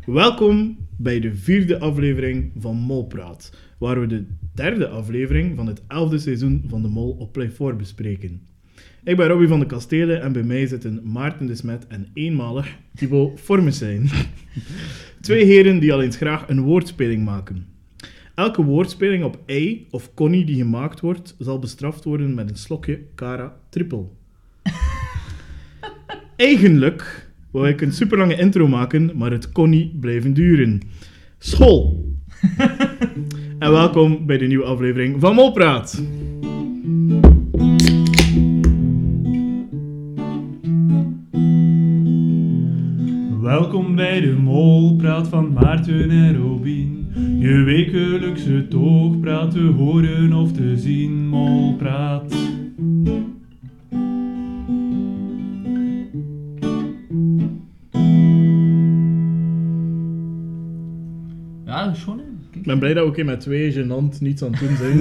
Welkom bij de 4e aflevering van Molpraat, waar we de 3e aflevering van het 11e seizoen van de Mol op Play 4 bespreken. Ik ben Robbie van de Kastelen en bij mij zitten Maarten de Smet en eenmalig Thibaut Formesijn. 2 heren die al eens graag een woordspeling maken. Elke woordspeling op ei of connie die gemaakt wordt, zal bestraft worden met een slokje Cara Triple. Eigenlijk wou ik een superlange intro maken, maar het kon niet blijven duren. School! En welkom bij de nieuwe aflevering van Molpraat. Welkom bij de Molpraat van Maarten en Robin. Je wekelijkse toogpraat te horen of te zien, Molpraat. Ja, dat is gewoon, hè. Ik ben blij dat we ook met 2 gênant niets aan het doen zijn.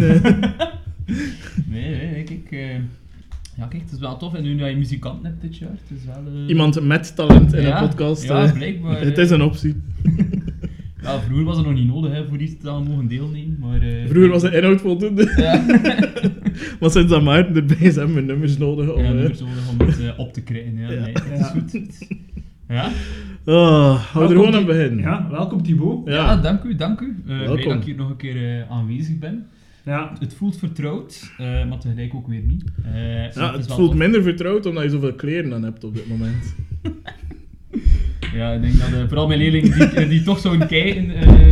Nee, kijk. Ja, kijk, het is wel tof. En nu dat je muzikant hebt dit jaar, het is wel... Iemand met talent in een podcast. Ja, blijkbaar. Het is een optie. Ja, vroeger was het nog niet nodig, hè, voor iets te mogen deelnemen, maar... Vroeger was de inhoud voldoende. Ja. Maar sinds dat Maarten erbij is, hebben we nummers nodig om... nummers nodig om het op te krijgen, ja. Ja. Nee, het is goed. Ja? Hou er gewoon aan beginnen. Ja, welkom Thibaut. Ja, dank u. Blij Welkom. dat ik hier nog een keer aanwezig ben. Ja, Het voelt vertrouwd, maar tegelijk ook weer niet. Ja, is het wel voelt tof. minder vertrouwd omdat je zoveel kleren aan hebt op dit moment. Ja, ik denk dat vooral mijn leerlingen die toch zo'n kijken,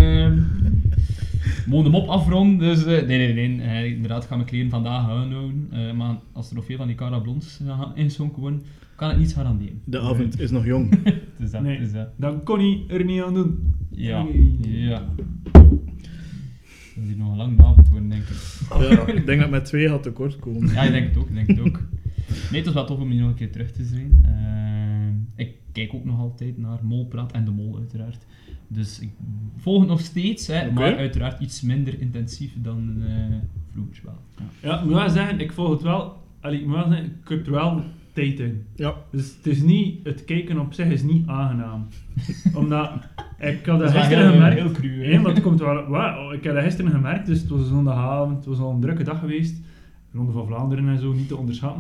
mogen hem op afronden. Dus nee. Inderdaad, ga mijn kleren vandaag aanhouden. Maar als er nog veel van die Cara Blonds ingeschonken worden, kan het niets garanderen. De avond is nog jong. Het is dat, nee, het is dat. dan kon hij er niet aan doen. Ja, Nee. ja. Dat is hier nog een lange avond worden, denk ik. Ja, ik denk dat met 2 gaat tekort komen. Ja, ik denk het ook. Nee, het was wel tof om hier nog een keer terug te zijn. Ik kijk ook nog altijd naar Molpraat en de Mol, uiteraard. Dus ik volg het nog steeds, hè, Oké. maar uiteraard iets minder intensief dan vroeger wel. Ja. Ja, ik moet wel zeggen, ik volg het wel. Allee, ik moet wel zeggen, ik heb er wel tijd in. Ja, Dus het is niet, het kijken op zich is niet aangenaam. Omdat, ik had dat Dat is wel gisteren gemerkt. heel cru, hè. Ja, maar het komt wel, wauw, ik heb dat gisteren gemerkt, dus het was een zondagavond, het was al een drukke dag geweest. Ronde van Vlaanderen en zo, niet te onderschatten.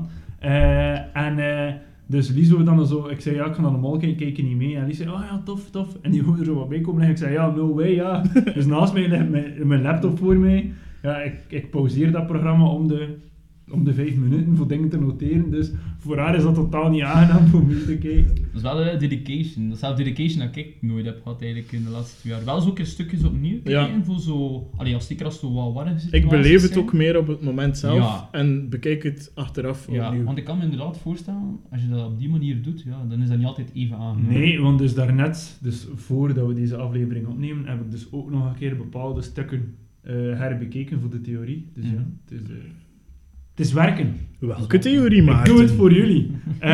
Dus Lies hoorde dan zo, ik zei ja, ik ga naar de Mol kijken, kijk je niet mee? En Lies zei, oh ja, tof. En die hoorde er zo wat bij komen en ik zei ja, no way, ja. Dus naast mij ligt mijn laptop voor mij. Ja, ik pauzeer dat programma om de 5 minuten voor dingen te noteren, dus voor haar is dat totaal niet aangenaam voor mij te kijken. Dat is wel dedication. Dat is zelf dedication dat ik nooit heb gehad eigenlijk in de laatste 2 jaar. Wel zo een stukjes opnieuw kijken voor zo... Allee, zeker als het zo wat warm zit. ik beleef het ook meer op het moment zelf Ja. en bekijk het achteraf Ja, opnieuw. want ik kan me inderdaad voorstellen, als je dat op die manier doet, ja, dan is dat niet altijd even aangenaam. Nee, want dus daarnet, dus voordat we deze aflevering opnemen, heb ik dus ook nog een keer bepaalde stukken herbekeken voor de theorie. Dus ja, het is werken. Welke theorie, Ik Maarten? doe het voor jullie.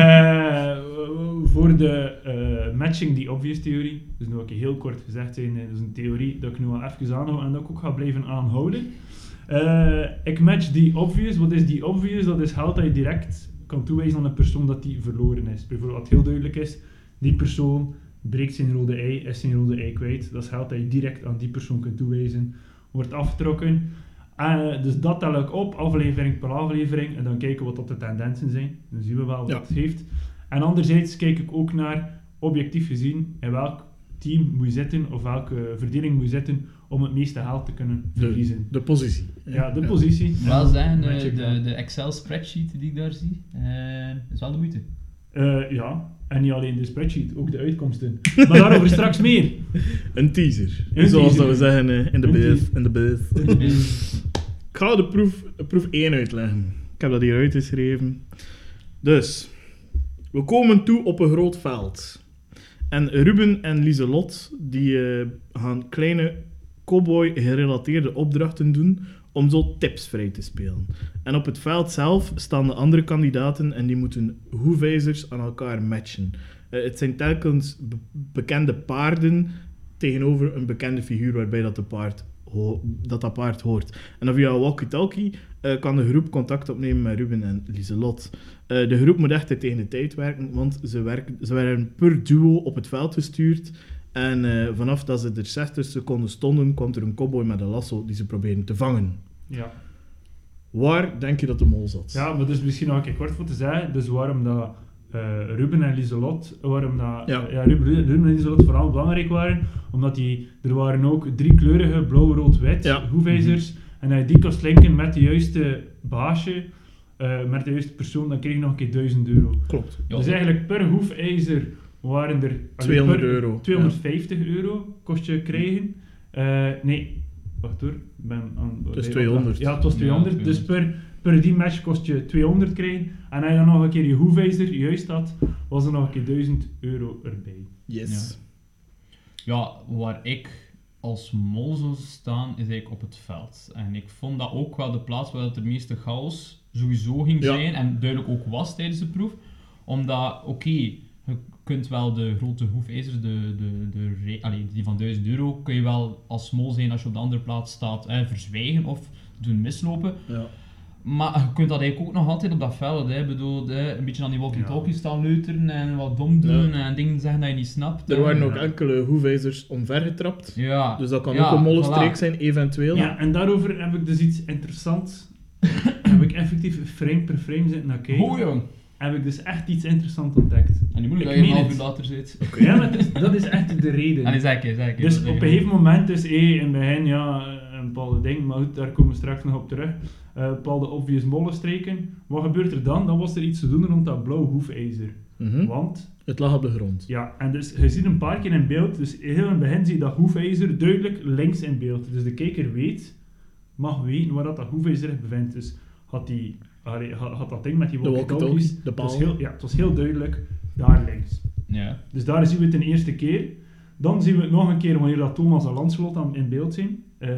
Voor de matching the obvious theorie, dus nu ook heel kort gezegd zijn, dat is een theorie dat ik nu al even aanhoud en dat ik ook ga blijven aanhouden. Ik match the obvious. Wat is the obvious? Dat is geld dat je direct kan toewijzen aan een persoon dat die verloren is. Bijvoorbeeld wat heel duidelijk is, die persoon breekt zijn rode ei, is zijn rode ei kwijt. Dat is geld dat je direct aan die persoon kunt toewijzen, wordt afgetrokken. Dus dat tel ik op, aflevering per aflevering, en dan kijken wat dat de tendensen zijn. Dan zien we wel wat Ja. het heeft. En anderzijds kijk ik ook naar, objectief gezien, in welk team moet je zitten, of welke verdeling moet je zitten, om het meeste geld te kunnen verliezen. De positie. Ja, de positie. Ik moet wel zeggen, match ik dan. de Excel-spreadsheet die ik daar zie, is wel de moeite. Ja, en niet alleen de spreadsheet, ook de uitkomsten. Maar daarover straks meer. Een teaser. Een Zoals teaser. dat we zeggen in de Een booth. Ik ga de proef 1 uitleggen. Ik heb dat hier uitgeschreven. Dus, we komen toe op een groot veld. En Ruben en Lieselot die gaan kleine cowboy-gerelateerde opdrachten doen om zo tips vrij te spelen. En op het veld zelf staan de andere kandidaten en die moeten hoefijzers aan elkaar matchen. Het zijn telkens bekende paarden tegenover een bekende figuur waarbij dat dat paard hoort. En dan via walkie-talkie kan de groep contact opnemen met Ruben en Lieselot. De groep moet echt tegen de tijd werken, want ze werden per duo op het veld gestuurd En vanaf dat ze er 60 seconden stonden, kwam er een cowboy met een lasso die ze probeerden te vangen. Ja. Waar denk je dat de mol zat? Ja, maar dus misschien nog een keer kort voor te zeggen, dus waarom dat Ruben en Lieselot, waarom dat Ruben en Lieselot vooral belangrijk waren, omdat er waren ook 3 kleurige, blauw, rood, wit, hoefijzers, en als je die kon slinken met de juiste baasje, met de juiste persoon, dan kreeg je nog een keer €1000. Klopt. Ja. Dus eigenlijk per hoefijzer waren er... €200. €250 kost je krijgen. Nee, wacht hoor. Ik ben aan, Dus 200. Ja, het was 200. Ja, dus per die match kost je 200 krijgen. En als je dan nog een keer je hoefijzer juist had, was er nog een keer €1000 erbij. Yes. Ja, waar ik als mol zou staan, is eigenlijk op het veld. En ik vond dat ook wel de plaats waar het de meeste chaos sowieso ging zijn, en duidelijk ook was tijdens de proef. Omdat, je kunt wel de grote hoefijzers, die van €1000, kun je wel als mol zijn als je op de andere plaats staat, verzwijgen of doen mislopen. Ja. Maar je kunt dat eigenlijk ook nog altijd op dat veld. Ik bedoel, een beetje aan die walkie-talkie staan leuteren en wat dom doen en dingen zeggen dat je niet snapt. Er waren ook enkele hoefijzers omvergetrapt. Ja. Dus dat kan ook een mollenstreek zijn, eventueel. Ja, en daarover heb ik dus iets interessants. Heb ik effectief frame per frame zitten naar kijken. Oh jong. Heb ik dus echt iets interessants ontdekt. En niet moeilijk Ik dat je een meen half uur het. later zit. Ja, maar dat is echt de reden. En zeg ik. Dus op een gegeven moment is in het begin een bepaalde ding, maar goed, daar komen we straks nog op terug. Bepaalde obvious mollenstreken. Wat gebeurt er dan? Dan was er iets te doen rond dat blauw hoefijzer. Want, Het lag op de grond. ja, en dus je ziet een paar keer in beeld, dus heel in het begin zie je dat hoefijzer duidelijk links in beeld. Dus de kijker mag weten waar dat hoefijzer zich bevindt. Dus had dat ding met die walkie-talkies, de paal. het was heel duidelijk, daar links. Ja. Dus daar zien we het de eerste keer. Dan zien we het nog een keer wanneer dat Thomas en Lancelot in beeld zijn.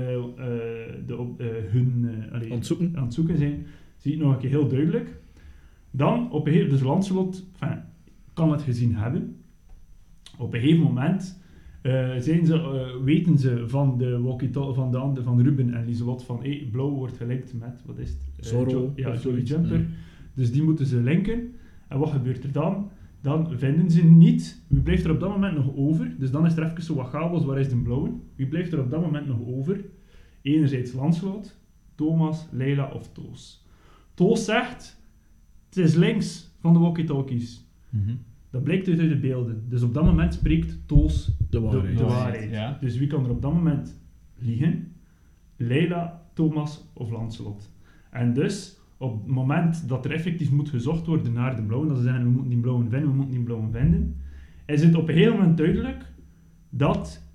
Aan het zoeken zijn. Zie je het nog een keer heel duidelijk. Dan, op een gegeven dus Lancelot kan het gezien hebben. Op een gegeven moment weten ze van de walkie-talkie van Ruben en Lieselot van blauw wordt gelinkt met, wat is het? Zorro. Jolly Jumper. Ja. Dus die moeten ze linken. En wat gebeurt er dan? Dan vinden ze niet. Wie blijft er op dat moment nog over? Dus dan is er even zo wat chaos. Waar is de blauwe? Wie blijft er op dat moment nog over? Enerzijds Lancelot, Thomas, Leila of Toos. Toos zegt, het is links van de walkie-talkies. Dat blijkt uit de beelden. Dus op dat moment spreekt Toos de waarheid. Ja. Dus wie kan er op dat moment liegen? Leila, Thomas of Lancelot. En dus, op het moment dat er effectief moet gezocht worden naar de blauwen, dat ze zeggen, we moeten die blauwen vinden, is het op een gegeven moment duidelijk dat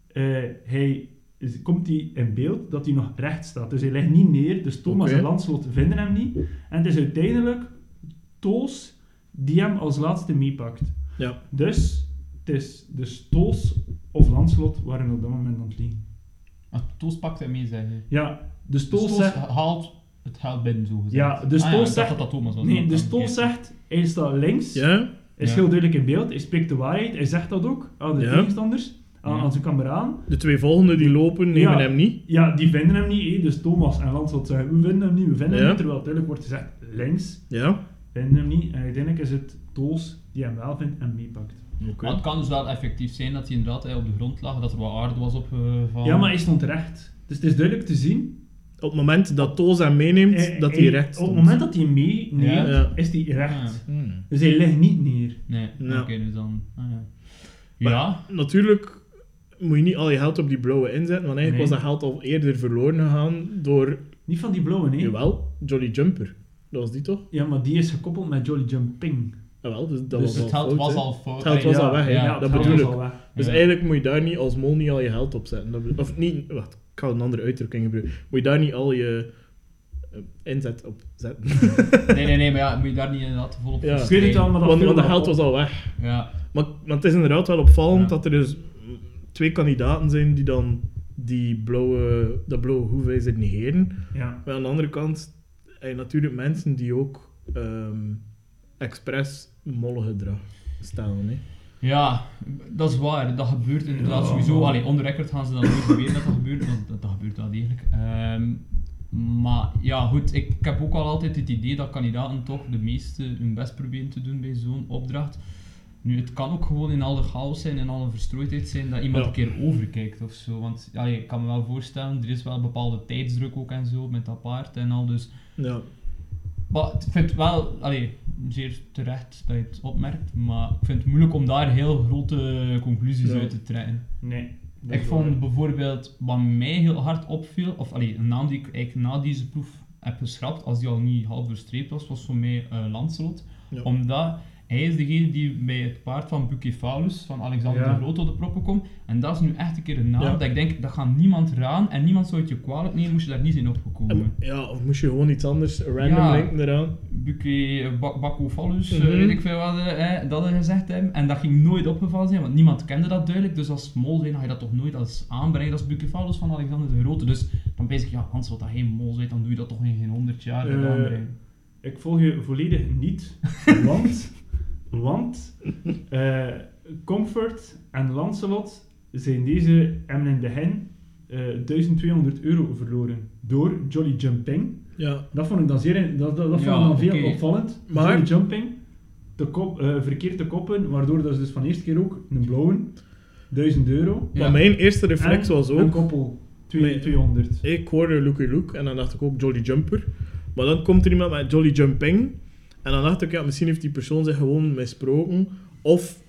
komt hij in beeld dat hij nog recht staat. Dus hij ligt niet neer, dus Thomas en Lancelot vinden hem niet. En het is uiteindelijk Toos die hem als laatste meepakt. Ja. Dus het is dus Toos of Lancelot waren op dat moment aan het liegen. Toos pakt hem mee, zeg je. Ja, dus Dus Toos zegt... haalt het geld binnen, zo gezegd. Ja, dus Toos zegt... dat Thomas was. Nee, dus Toos zegt, hij staat links, Ja? is heel duidelijk in beeld, hij spreekt de waarheid, hij zegt dat ook aan de tegenstanders, aan zijn kameraan. De 2 volgende die lopen nemen hem niet. Ja, die vinden hem niet, dus Thomas en Lancelot zeggen, we vinden hem niet, terwijl duidelijk wordt gezegd, links, vinden hem niet, en uiteindelijk is het Toos die hem wel vindt en meepakt. Maar het kan dus wel effectief zijn dat hij inderdaad op de grond lag, dat er wat aarde was opgevallen. Ja, maar hij stond recht. Dus het is duidelijk te zien. Op het moment dat Toos hem meeneemt, dat hij recht stond. Op het moment dat hij meeneemt, is hij recht. Ja. Dus hij ligt niet neer. Nee, Ja. oké, dus dan... Maar natuurlijk moet je niet al je geld op die blauwe inzetten, want eigenlijk was dat geld al eerder verloren gegaan door... Niet van die blauwe, nee. Jawel, Jolly Jumper. Dat was die toch? Ja, maar die is gekoppeld met Jolly Jumping. Jawel, dus dat Dus was het al geld fout, was hè. al fout. Het geld was al weg, hè. Ja, dat het bedoel was ik. al weg. Dus eigenlijk moet je daar niet als mol niet al je geld op zetten. Of niet... Wacht, ik ga een andere uitdrukking gebruiken. Moet je daar niet al je inzet op zetten. Nee, maar ja, moet je daar niet inderdaad volop Ja. Ik weet het wel, maar dat Want viel dat wel geld op. was al weg. Ja. Maar het is inderdaad wel opvallend Ja. dat er dus 2 kandidaten zijn die dan dat blauwe hoefijzer negeren. Ja. Maar aan de andere kant heb je natuurlijk mensen die ook expres mollengedrag stellen. Hè. Ja, dat is waar. Dat gebeurt inderdaad sowieso. Allee, on the record gaan ze dan nooit beweren dat dat gebeurt, want dat gebeurt wel degelijk. Maar ja, goed, ik heb ook wel altijd het idee dat kandidaten toch de meeste hun best proberen te doen bij zo'n opdracht. Nu, het kan ook gewoon in alle chaos zijn, in alle verstrooidheid zijn, dat iemand Ja. een keer overkijkt of zo. Want ik kan me wel voorstellen, er is wel een bepaalde tijdsdruk ook en zo, met dat paard en al, dus... Ja. Maar ik vind het wel, zeer terecht dat je het opmerkt, maar ik vind het moeilijk om daar heel grote conclusies Ja. uit te trekken. Nee. dat Ik is vond waar. bijvoorbeeld, wat mij heel hard opviel, of een naam die ik eigenlijk na deze proef heb geschrapt, als die al niet half doorstreept was voor mij Lancelot. Ja. Omdat hij is degene die bij het paard van Bucephalus, van Alexander Ja. de Grote, op de proppen komt. En dat is nu echt een keer een naam Ja. dat ik denk, dat gaat niemand raden en niemand zou het je kwalijk nemen, moest je daar niet zijn opgekomen. Ja, of moest je gewoon iets anders random Ja. linken eraan? Bucephalus, Mhm. weet ik veel wat, dat hij gezegd hebben. En dat ging nooit opgevallen zijn, want niemand kende dat duidelijk. Dus als mol zijn, ga je dat toch nooit als aanbrengen. Dat is Bucephalus van Alexander de Grote. Dus dan ben ik, ja, Hans, wat dat geen mol zijn, dan doe je dat toch in geen 100 jaar Eh, aanbrengen. Ik volg je volledig niet, want Comfort en Lancelot zijn hebben in het begin €1200 verloren door Jolly Jumping. Ja. Dat vond ik dan zeer, dat vond ik Ja, dan veel oké. opvallend. Maar- Jolly Jumping, verkeerd te koppen, waardoor dat ze dus van de eerste keer ook een blauwe, €1000. Ja. Maar mijn eerste reflex en was een ook... koppel, Nee. 200. Ik hoorde Lucky Luke en dan dacht ik ook Jolly Jumper. Maar dan komt er iemand met Jolly Jumping. En dan dacht ik, ja, misschien heeft die persoon zich gewoon misproken. Of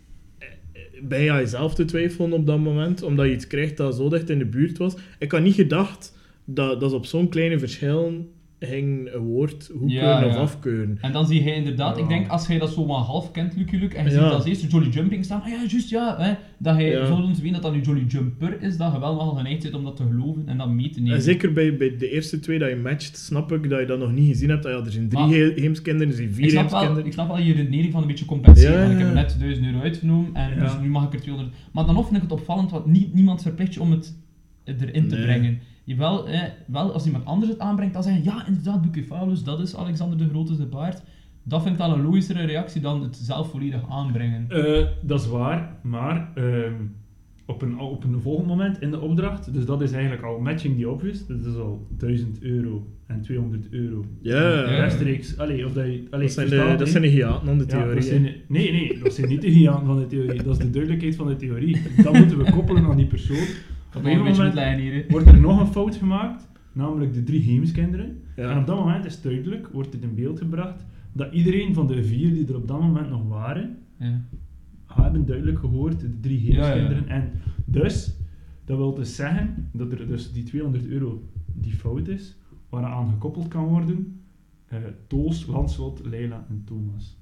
ben jij jezelf te twijfelen op dat moment, omdat je iets krijgt dat zo dicht in de buurt was. Ik had niet gedacht dat ze op zo'n kleine verschillen ging een woord goedkeuren Ja, of ja. afkeuren. En dan zie hij inderdaad, Ja. ik denk als hij dat zo maar half kent, Lucky Luke, en je Ja. ziet als eerste Jolly Jumping staan, ja, juist, ja, dat hij Ja. volgens weet dat dat nu Jolly Jumper is, dat je wel nogal geneigd bent om dat te geloven en dat mee te nemen. En zeker bij de eerste twee dat je matcht, snap ik dat je dat nog niet gezien hebt. Er zijn 3 Maar- heemskinderen, er zijn 4 Ik snap wel heemskinderen. je redenering van een beetje compenseren, Ja, want ik heb ja. net €1000 uitgenomen en Ja. dus nu mag ik er 200. Maar dan vind ik het opvallend, want niemand verplicht je om het erin te Nee. brengen. Je wel, als iemand anders het aanbrengt, dan zeggen ja, inderdaad, Bucephalus, dat is Alexander de Grote de baard. Dat vind ik dan een logischere reactie dan het zelf volledig aanbrengen. Dat is waar, maar op een volgend moment in de opdracht, dus dat is eigenlijk al matching the obvious, dat is al €1000 en €200. Ja. Rechtstreeks, of dat je... Dat zijn de hiaten aan de Ja, theorie. dat zijn, nee, dat zijn niet de giganten van de theorie, dat is de duidelijkheid van de theorie. Dat moeten we koppelen aan die persoon. Op Nog een een beetje moment met lijn hier. Hè. wordt er nog een fout gemaakt, namelijk de 3 heemskinderen. Ja. En op dat moment is duidelijk, wordt het in beeld gebracht, dat iedereen van de 4 die er op dat moment nog waren, Ja. hebben duidelijk gehoord, de 3 heemskinderen. Ja. En dus, dat wil dus zeggen dat er dus die €200 die fout is, waaraan gekoppeld kan worden, Toos, Lancelot, Leila en Thomas.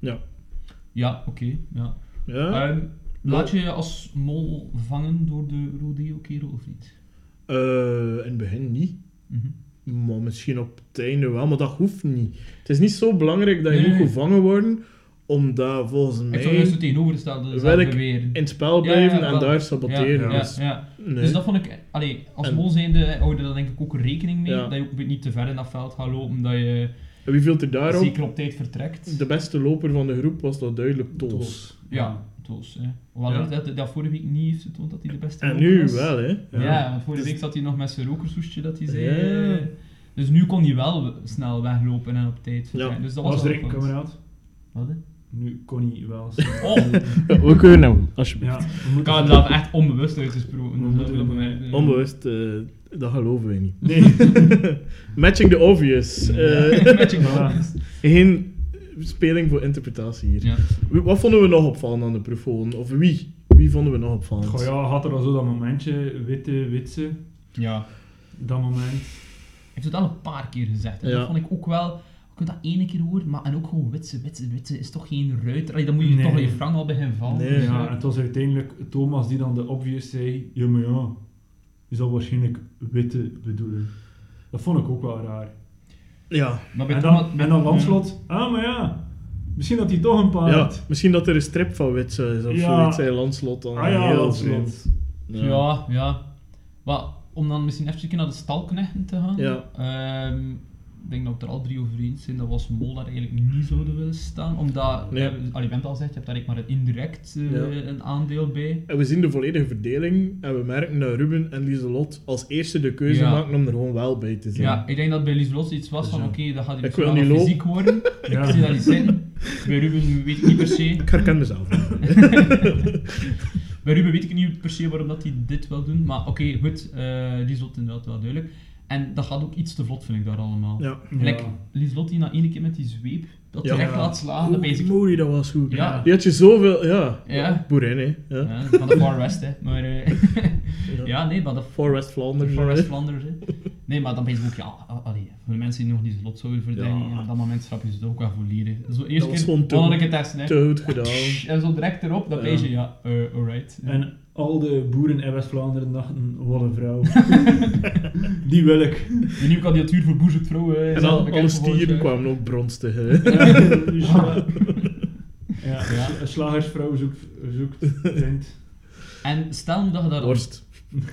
Ja, oké. Ja. Ja. Laat je je als mol vangen door de rodeo-kerel of niet? In het begin niet. Mhm. Maar misschien op het einde wel, maar dat hoeft niet. Het is niet zo belangrijk dat je Nee, moet nee. gevangen worden, omdat volgens Ik zou mij juist het tegenovergestelde wil zelf ik beweren. in het spel Ja, blijven ja, en wel. daar saboteren. Ja, Dus, Ja. nee. Dus dat vond ik, als En- mol zijnde hou je daar denk ik ook rekening mee, Ja. dat je ook niet te ver in dat veld gaat lopen, dat je En wie viel er daarop? zeker op tijd vertrekt. De beste loper van de groep was dat duidelijk Toos. Ja, Toos. Hoewel Ja. dat vorige week niet heeft getoond dat hij de beste En loper nu was. wel, hè? Ja, want vorige Dus- week zat hij nog met zijn rokershoesje dat hij zei. Ja. Dus nu kon hij wel snel weglopen en op tijd vertrekken. Ja. Dus dat Was was er wel een goed. kameraad? Wat, hè? Nu kon hij wel. Oh! Ja, we kunnen hem, alsjeblieft. Ja, we Ik moeten... had inderdaad echt onbewust uitgesproken. We Dus moeten- dat bij mij- Onbewust, dat geloven wij niet. Nee. Matching the obvious. Matching Voilà. balans. Geen speling voor interpretatie hier. Ja. Wat vonden we nog opvallend aan de proef? Of wie? Wie vonden we nog opvallend? Goh, ja, had er al zo dat momentje, witse, Ja. dat moment. Ik heb het al een paar keer gezegd. En Ja. dat vond ik ook wel... Ik heb dat ene keer horen, maar en ook gewoon witse is toch geen ruiter. Allee, dan moet je Nee. toch aan je frank al beginnen vallen. Nee. Dus, Ja, en het was uiteindelijk Thomas die dan de obvious zei, ja maar ja, je zal waarschijnlijk witte bedoelen. Dat vond ik ook wel raar. Ja. Maar bij En Thomas- dan, Lancelot, maar ja, misschien dat hij toch een paar Ja, had. misschien dat er een strip van Witse is of Ja. zoiets, zei Lancelot dan. Ah ja, heel Lancelot. vreemd. Ja. Maar om dan misschien even naar de stalknechten te gaan. Ja. ik denk dat we het er al 3 over eens zijn, dat we als mol daar eigenlijk niet zouden willen staan. Omdat, Nee. je bent al gezegd, je hebt daar eigenlijk maar een indirect een aandeel bij. En we zien de volledige verdeling en we merken dat Ruben en Lieselot als eerste de keuze Ja. maken om er gewoon wel bij te zijn. Ja, ik denk dat bij Lieselot iets was Dus van ja. oké, dat gaat hij Ik misschien wil wel niet nog lopen. fysiek worden. Ja. Ik zie dat niet zitten. Bij Ruben weet ik niet per se. Ik herken mezelf. Bij Ruben weet ik niet per se waarom dat hij dit wil doen. Maar oké, goed, Lieselot inderdaad wel duidelijk. En dat gaat ook iets te vlot, vind ik daar allemaal. Ja. Gelijk, Lieselot die na 1 keer met die zweep, dat hij Ja. echt laat slagen. Dan ben je Mooi, dat was goed. Ja. Die had je zoveel, ja. Ja. Boerin, hè. Ja. Ja, van de Far West, hè. Maar, ja, nee, maar de For West Vlaanderen. Far West Vlaanderen, hè. Nee, maar dan ben je ook, ja, allee, voor de mensen die nog niet Lieselot zouden verdedigen, Ja. op dat moment schrap je ze toch ook wel volledig. Zo, Dat eerst was keer, gewoon te mannelijke testen, hè. Te goed gedaan. En zo direct erop, dan Ja. ben je, ja, alright. En al de boeren in West-Vlaanderen dachten, wat een vrouw. Die wil ik. De nieuwe kandidatuur voor Boer zoekt vrouw, En alle stieren kwamen ook bronstig. Hè. Ja, Ja. een slagersvrouw zoekt vriend. En stel nu dat je daar Worst.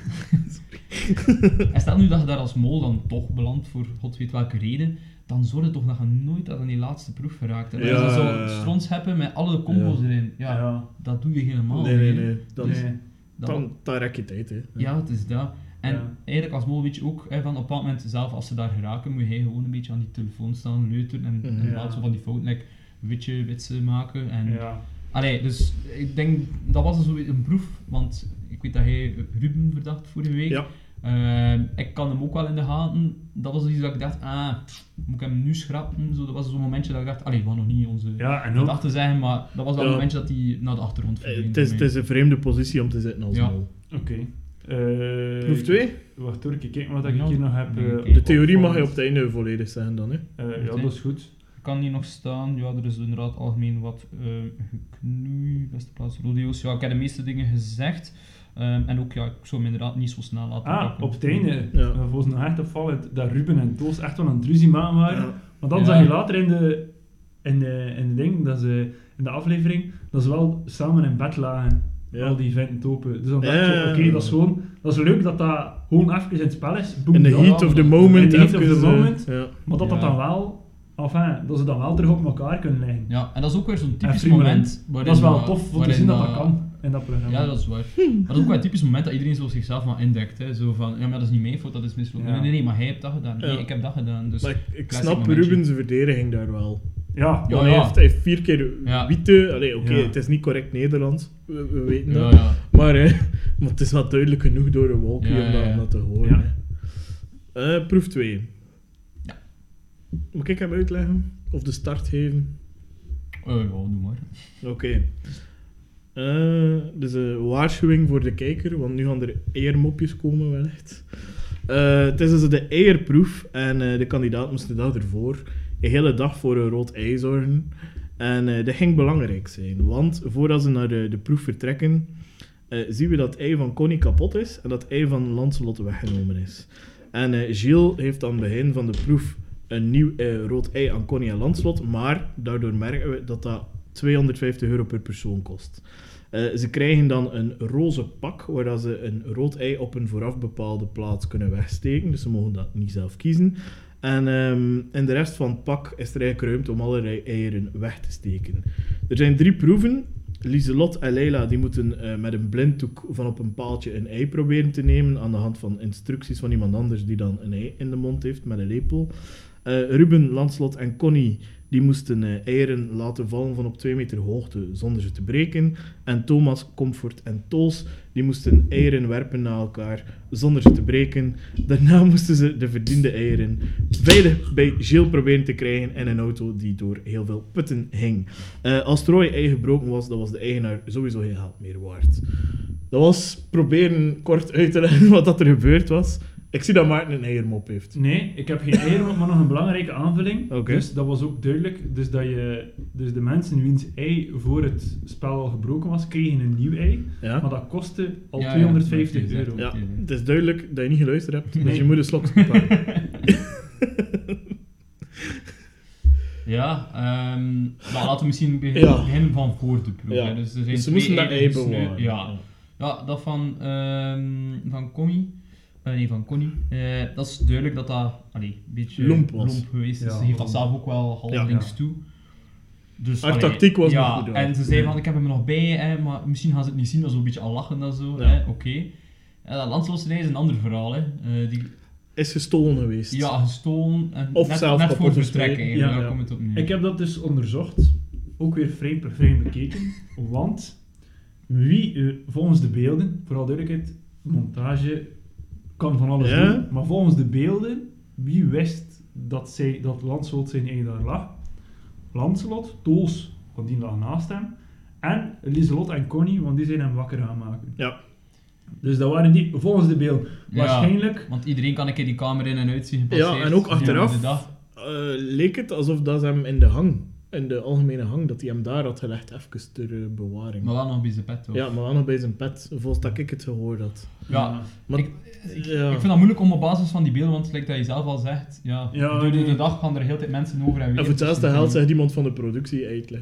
En stel nu dat je daar als mol dan toch belandt voor god weet welke reden, dan zorg je toch dat je nooit aan die laatste proef geraakt. En Ja, als je zo ja, ja. strons hebben met alle combos erin, ja, dat doe je helemaal Nee. niet. hè. Dan, Nee. Dat- rek je tijd, hè. Ja, het is dat. En Ja. eigenlijk als mol weet je ook, hè, van op een bepaald moment zelf als ze daar geraken, moet je gewoon een beetje aan die telefoon staan, leuteren en Mhm. inderdaad zo van die fouten, like witsen maken. En, Ja. allee, dus ik denk, dat was dus een proef, want ik weet dat hij Ruben verdacht vorige week. Ja. Ik kan hem ook wel in de gaten. Dat was iets dat ik dacht, moet ik hem nu schrappen? Zo, dat was zo'n momentje dat ik dacht, allee, we gaan nog niet onze Ja, en ook, gedachten zeggen, maar dat was wel een Ja. momentje dat hij naar de achtergrond verdween. Het is een vreemde positie om te zitten als Ja. mol. oké. Proef 2. Wacht hoor, ik kijk wat ik Ja. hier nog heb. Nee, op kijk. De theorie mag je opvallend. op het einde volledig zeggen dan, hè. Ja, dat is goed. Kan die nog staan? Ja, er is inderdaad algemeen wat geknoei, beste plaats, rodeo's. Ja, ik heb de meeste dingen gezegd. En ook, ja, ik zou hem inderdaad niet zo snel laten pakken. Op het einde, Ja. volgens nog echt opvallend, dat Ruben en Toos echt wel een ruzie maken waren. Ja. Maar dan Ja. zag je later in de ding, dat ze, in de aflevering, dat ze wel samen in bed lagen. Ja. Al die venten open. Dus dan dacht Ja. je, oké, dat is gewoon, dat is leuk dat dat gewoon even in het spel is. Boem, In the ja. heat of the In moment. the heat of even, the moment. ja. Maar dat Ja. dan wel, dat ze dan wel terug op elkaar kunnen liggen. Ja, en dat is ook weer zo'n typisch friemelen. moment. Dat is wel tof om te waarin zien dat kan in dat programma. Ja, dat is waar. Maar dat is ook wel een typisch moment dat iedereen zo zichzelf maar indekt. Hè. Zo van, ja, maar dat is niet mijn fout, dat is mislukt. Ja. Nee, maar hij heeft dat gedaan. Nee, Ja. ik heb dat gedaan. Dus Maar ik classic snap momentje. Ruben's verdediging daar wel. Ja, Ja, Want hij heeft 4 keer Ja. witte. Allee, oké, Ja. het is niet correct Nederlands. We weten Ja, dat. ja. Maar het is wel duidelijk genoeg door een walkie Ja, om, dat, ja, ja. om dat te horen. Ja. Hè. Proef 2. Ja. Moet ik hem uitleggen? Of de start geven? Ja, doe maar. Oké. Dus een waarschuwing voor de kijker, want nu gaan er eiermopjes komen wellicht. Het is dus de eierproef en de kandidaat moest de dag ervoor een hele dag voor een rood ei zorgen. En dat ging belangrijk zijn, want voordat ze naar de proef vertrekken, zien we dat het ei van Connie kapot is en dat het ei van Lancelot weggenomen is. En Gilles heeft aan het begin van de proef een nieuw rood ei aan Connie en Lancelot, maar daardoor merken we dat dat €250 per persoon kost. Ze krijgen dan een roze pak, waar dat ze een rood ei op een vooraf bepaalde plaats kunnen wegsteken. Dus ze mogen dat niet zelf kiezen. En in de rest van het pak is er eigenlijk ruimte om allerlei eieren weg te steken. Er zijn 3 proeven. Lieselot en Leila die moeten met een blinddoek van op een paaltje een ei proberen te nemen aan de hand van instructies van iemand anders die dan een ei in de mond heeft met een lepel. Ruben, Lancelot en Connie die moesten eieren laten vallen van op 2 meter hoogte zonder ze te breken. En Thomas, Comfort en Toos die moesten eieren werpen naar elkaar zonder ze te breken. Daarna moesten ze de verdiende eieren veilig bij Gilles proberen te krijgen in een auto die door heel veel putten hing. Als het rode ei gebroken was, dan was de eigenaar sowieso geen geld meer waard. Dat was proberen kort uit te leggen wat dat er gebeurd was. Ik zie dat Maarten een eiermop heeft. Nee, ik heb geen eiermop, maar nog een belangrijke aanvulling. Oké. Dus dat was ook duidelijk. Dus de mensen wiens ei voor het spel al gebroken was, kregen een nieuw ei. Ja? Maar dat kostte al Ja, €250. ja. Ja, het is duidelijk dat je niet geluisterd hebt, dus Nee. je moet een slok pakken. Ja, maar laten we misschien Ja. beginnen van voor de proef. Ja. Hè. Dus er zijn Dus ze 2 moesten dat ei eieren gesneuveld. bewaren. Ja. Ja, dat van Connie. Nee, van Connie. Dat is duidelijk dat dat een beetje Lomp was. lomp geweest is. Ja, ze geeft dat lomp. zelf ook wel half Ja. links toe. Dus, Haar tactiek was ja, nog goed. en ze zei van, ik heb hem er nog bij, maar misschien gaan ze het niet zien, dat is zo'n beetje al lachen en zo. Ja. Oké. Dat landslotserij is een ander verhaal. Die, Is gestolen geweest. ja, gestolen en Of net, zelf net kapot voor vertrek gestreken. eigenlijk, Ja. daar komt het op neer. Ik heb dat dus onderzocht, ook weer vreemd bekeken, want wie, volgens de beelden, vooral duidelijkheid, montage kan van alles Ja? doen, maar volgens de beelden, wie wist dat Lancelot zijn eigen daar lag? Lancelot, Toos, want die lag naast hem, en Lieselot en Connie, want die zijn hem wakker gaan maken. Ja. Dus dat waren die, volgens de beelden, Ja. waarschijnlijk... Want iedereen kan een keer die kamer in en uit zien gepasseerd. Ja, en ook achteraf de dag. leek het alsof dat ze hem in de hang, in de algemene hang, dat hij hem daar had gelegd, even ter bewaring. Maar wel nog bij zijn pet, toch? Ja, maar wel nog bij zijn pet, volgens dat ik het gehoord had. Ja. Maar, Ik ja. vind dat moeilijk om op basis van die beelden, want like dat je zelf al zegt, ja, Ja, door nee. de dag gaan er heel tijd mensen over en weer. En voor hetzelfde geld zegt iemand van de productie uitleg.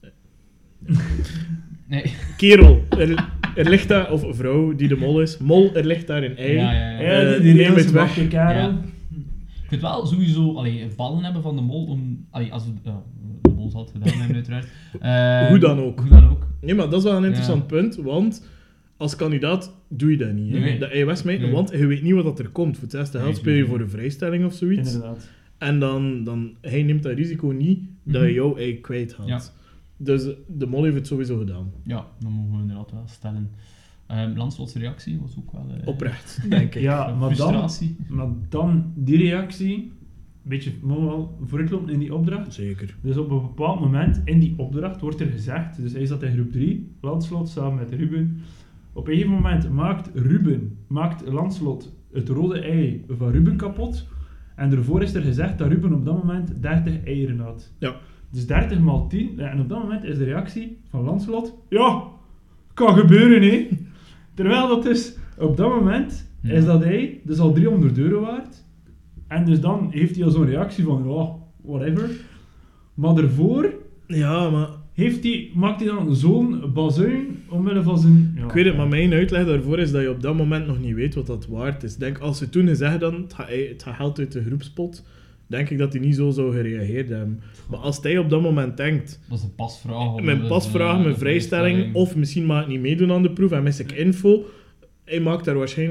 Nee. Kerel, er ligt daar, of vrouw die de mol is, mol, er ligt daar een ei. Ja, ja, ja. Ja, die neem neemt het het weg. weg, Karel. Ja. Je kunt wel sowieso ballen hebben van de mol, als we de mol zal het gedaan hebben uiteraard. Hoe dan ook. Hoe dan ook. Nee, maar dat is wel een interessant punt, want als kandidaat doe je dat niet. Hè? Nee. Dat ei wegmijten, Nee. want je weet niet wat er komt. Voor hetzelfde geld Nee, speel je nee. voor een vrijstelling of zoiets. Inderdaad. En dan hij neemt dat risico niet dat je jouw ei kwijt had. Ja. Dus de mol heeft het sowieso gedaan. Ja, dan mogen we inderdaad wel stellen. Lanslot's reactie was ook wel... Oprecht, denk ik. Ja, frustratie. maar dan die reactie, een beetje, mogen we wel vooruitlopen in die opdracht. Zeker. Dus op een bepaald moment in die opdracht wordt er gezegd, dus hij zat in groep 3, Lancelot samen met Ruben. Op een gegeven moment maakt Lancelot het rode ei van Ruben kapot. En ervoor is er gezegd dat Ruben op dat moment 30 eieren had. Ja. Dus 30 maal 10, ja, en op dat moment is de reactie van Lancelot, ja, kan gebeuren hè. Terwijl dat dus, op dat moment Ja. is dat ei dus al €300 waard. En dus dan heeft hij al zo'n reactie van, ja, whatever. Maar daarvoor Ja, maar maakt hij dan zo'n bazuin omwille van zijn... Ja, ik weet het, maar mijn uitleg daarvoor is dat je op dat moment nog niet weet wat dat waard is. Denk, als ze toen gezegd hadden, het gaat geld uit de groepspot, denk ik dat hij niet zo zou gereageerd hebben. Maar als hij op dat moment denkt, Dat is een pasvraag. of mijn dat is, pasvraag, mijn een vrijstelling, of misschien mag ik niet meedoen aan de proef en mis ik info, hij maakt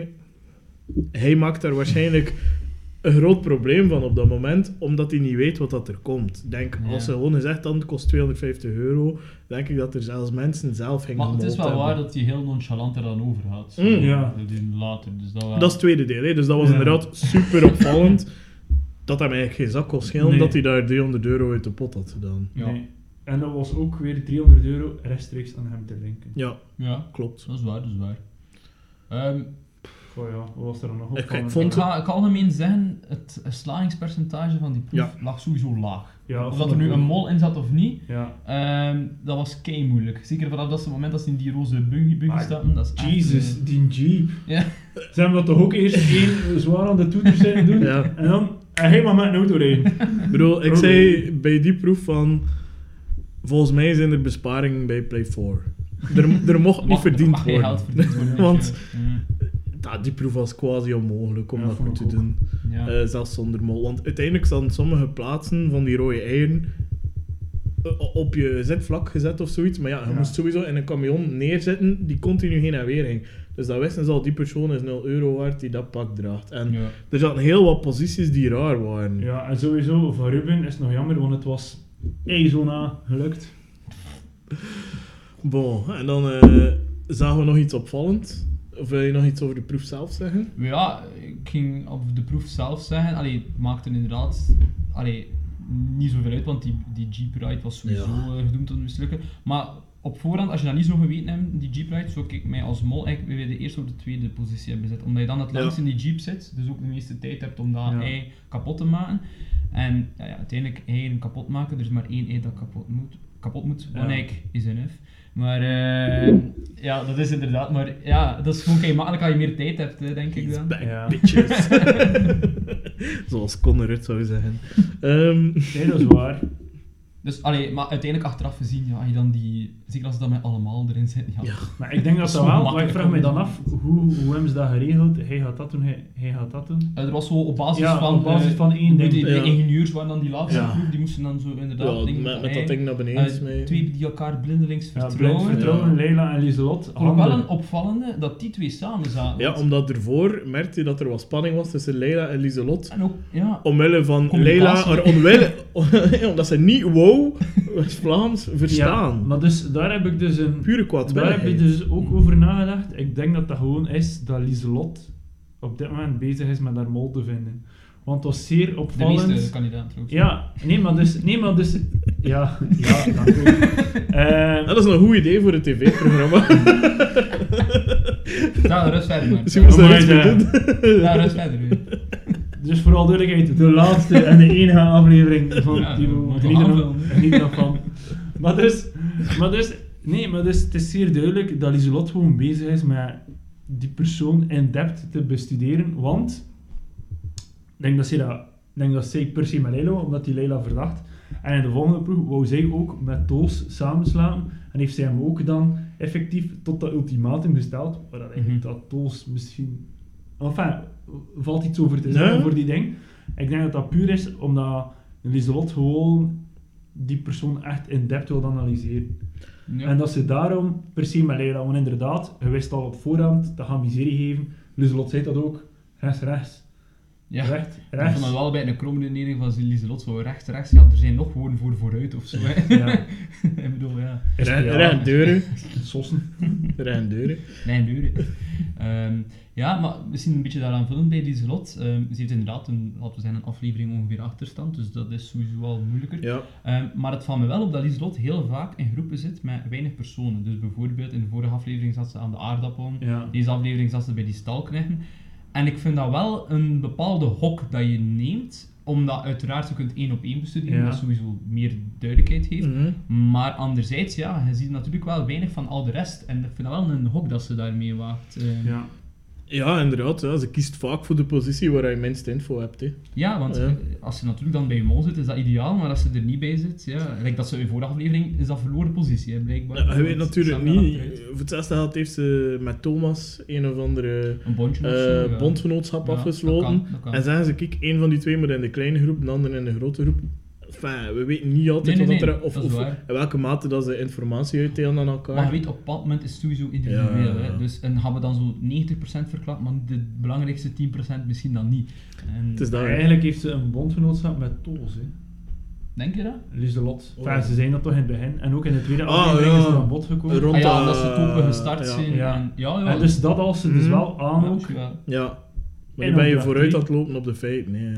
daar waarschijnlijk een groot probleem van op dat moment, omdat hij niet weet wat dat er komt. Denk, Ja. als ze gewoon gezegd dan het kost €250, denk ik dat er zelfs mensen zelf gingen Maar het is wel gemold waar hebben. dat hij heel nonchalant er dan over gaat. Mm. Ja. Later, dus dat wel. Dat is het tweede deel, hè. Dus dat was Ja. inderdaad super opvallend. Dat hem eigenlijk geen zak kon schelen Nee. dat hij daar €300 uit de pot had gedaan. Ja. Nee. En dat was ook weer €300 rechtstreeks aan hem te linken. Ja, Ja, klopt. dat is waar, dat is waar. Oh ja, wat was er dan nog op? Ik vond- Ik ga algemeen zeggen, het slagingspercentage van die proef Ja. lag sowieso laag. Ja, Of vond dat er ik nu ook. een mol in zat of niet, Ja. dat was kei moeilijk. Zeker vanaf dat moment dat ze in die roze buggy Maar stappen. Dat is echt, Jesus, die Jeep. Ja. Ze hebben dat toch ook eerst één zwaar aan de toeters zijn doen, Ja. en dan helemaal met een auto rijden. Ik bedoel, ik zei bij die proef van... Volgens mij zijn er besparingen bij Play 4. Er mocht niet verdiend mag geen worden. geld verdiend worden. Want- Ja. Die proef was quasi onmogelijk om Ja, dat vond goed te ik ook. doen. Ja. Zelfs zonder mol. Want uiteindelijk staan sommige plaatsen van die rode eieren op je zitvlak gezet of zoiets. Maar ja, je Ja. moest sowieso in een camion neerzetten die continu heen en weer ging. Dus dat wisten ze al, die persoon is €0 waard die dat pak draagt. En Ja. er zaten heel wat posities die raar waren. Ja, en sowieso, van Ruben is het nog jammer, want het was zo na gelukt. Bon, en dan zagen we nog iets opvallend. Of wil je nog iets over de proef zelf zeggen? Ja, ik ging op de proef zelf zeggen, het maakte inderdaad niet zoveel uit, want die Jeep Ride was sowieso gedoemd tot mislukken. Maar op voorhand, als je dat niet zo geweten hebt, die Jeep Ride, zou ik mij als mol eigenlijk weer de eerste of de tweede positie hebben gezet. Omdat je dan het langst in die Jeep zit, dus ook de meeste tijd hebt om dat ei kapot te maken. En uiteindelijk eieren kapot maken, er is maar één ei dat kapot moet. One egg is enough. Maar ja, dat is inderdaad, maar ja, dat is gewoon kei makkelijk als je meer tijd hebt, hè, denk ik dan. Back, Ja. bitches. Zoals Conor het zou zeggen. Nee, dat is waar. Dus, maar uiteindelijk achteraf gezien, ja, als je dan zeker als ze dat met allemaal erin zitten, ja. Ja. Maar ik denk dat Dat dat is zo wel, maar ik makkelijk vraag me om dan te af, hoe hebben ze dat geregeld? Hij gaat dat doen, hij gaat dat doen. Er was zo op basis Ja, van... op basis van één ding. De Ja. ingenieurs waren dan die laatste Ja. groep, die moesten dan zo inderdaad Ja, dingen met dat ding naar beneden smijten. twee die elkaar blindelings Ja, blind vertrouwen. vertrouwen, Ja. Leila en Lieselot. Ook wel een opvallende dat die twee samen zaten. Ja, omdat ervoor merkte je dat er wat spanning was tussen Leila en Lieselot. En ook, ja... Omwille van Communicatie. Leila, omdat ze niet wou West-Vlaams verstaan. Ja, maar dus daar heb ik dus een... Pure Daar heb kwaadwilligheid. ik dus ook over nagedacht. Ik denk dat dat gewoon is dat Lieselot op dit moment bezig is met haar mol te vinden. Want het was zeer De opvallend. meeste kandidaten trouwens. Ja, nee, maar dus... Ja, dank u. Dat is een goed idee voor een tv-programma. Ja, rust verder, man. Dus je moest daar Maar iets mee ja. doen. Ja, rust verder, nu. Dus vooral duidelijkheid, de laatste en de enige aflevering van Ja, die we we moeten genieten aanvullen. genieten nog van. Maar dus het is zeer duidelijk dat Lieselot gewoon bezig is met die persoon in depth te bestuderen, want ik denk dat zij per se met Leila, omdat die Leila verdacht. En in de volgende proef wou zij ook met Toos samenslaan en heeft zij hem ook dan effectief tot dat ultimatum gesteld, waar dat eigenlijk dat Toos misschien... Enfin, valt iets over te zeggen Nee. voor die ding. Ik denk dat dat puur is omdat Lieselot gewoon die persoon echt in depth wil analyseren. Ja. En dat ze daarom per se met Leila, want inderdaad, je wist al op voorhand, dat gaat miserie geven. Lieselot zei dat ook, rechts, Ja. recht, Ik rechts. vond het wel bij een kromredenering van Lieselot zo rechts. Ja, er zijn nog woorden voor vooruit of zo. Hè. Ja. Ik bedoel, ja. Rijden deuren. Sossen. Rijden deuren. Nee, duur. Ja, maar misschien een beetje daaraan vullen bij Lieselot. Ze heeft inderdaad laten we zeggen, een aflevering ongeveer achterstand, dus dat is sowieso al moeilijker. Ja. Maar het valt me wel op dat Lieselot heel vaak in groepen zit met weinig personen. Dus bijvoorbeeld in de vorige aflevering zat ze aan de aardappelen, Ja. deze aflevering zat ze bij die stalknechten. En ik vind dat wel een bepaalde hok dat je neemt, omdat uiteraard je kunt 1-op-1 bestuderen, Ja. dat sowieso meer duidelijkheid geeft. Mhm. Maar anderzijds, ja, je ziet natuurlijk wel weinig van al de rest. En ik vind dat wel een hok dat ze daarmee waagt. Ja. Ja, inderdaad. Ja. Ze kiest vaak voor de positie waar je minst info hebt. Hè. Ja, want Ja. als je natuurlijk dan bij je mol zit, is dat ideaal. Maar als ze er niet bij zit, ja, like dat ze in de vorige aflevering, is dat verloren positie, hè, blijkbaar. Ja, je weet Want natuurlijk samen niet. achteruit. Voor het eerste geld heeft ze met Thomas een of andere Een bondje of zo, ja. bondgenootschap Ja, afgesloten. dat kan. En zeggen ze, kijk, één van die twee moet in de kleine groep, de andere in de grote groep. Enfin, we weten niet altijd Nee, wat nee, er, of, dat is of waar. in welke mate dat ze informatie uitdelen aan elkaar. Maar je weet, op een bepaald moment is het sowieso individueel. Ja. Hè? Dus, en gaan we dan zo 90% verklappen, maar de belangrijkste 10% misschien dan niet. En, Het is dat, hè. Eigenlijk heeft ze een bondgenootschap met Toos, hè. Denk je dat? Lieselot. Oh. Enfin, ze zijn dat toch in het begin. En ook in de tweede Ah, aflevering ja. is er aan bod gekomen. Rond Ah ja, dat- omdat ze het open gestart ja. zijn. Ja. En, ja. En dus dat als ze dus Mhm. wel aan ook... Ja. Ja. Maar En nu ben je opdracht vooruit drie. aan het lopen op de feiten. Nee.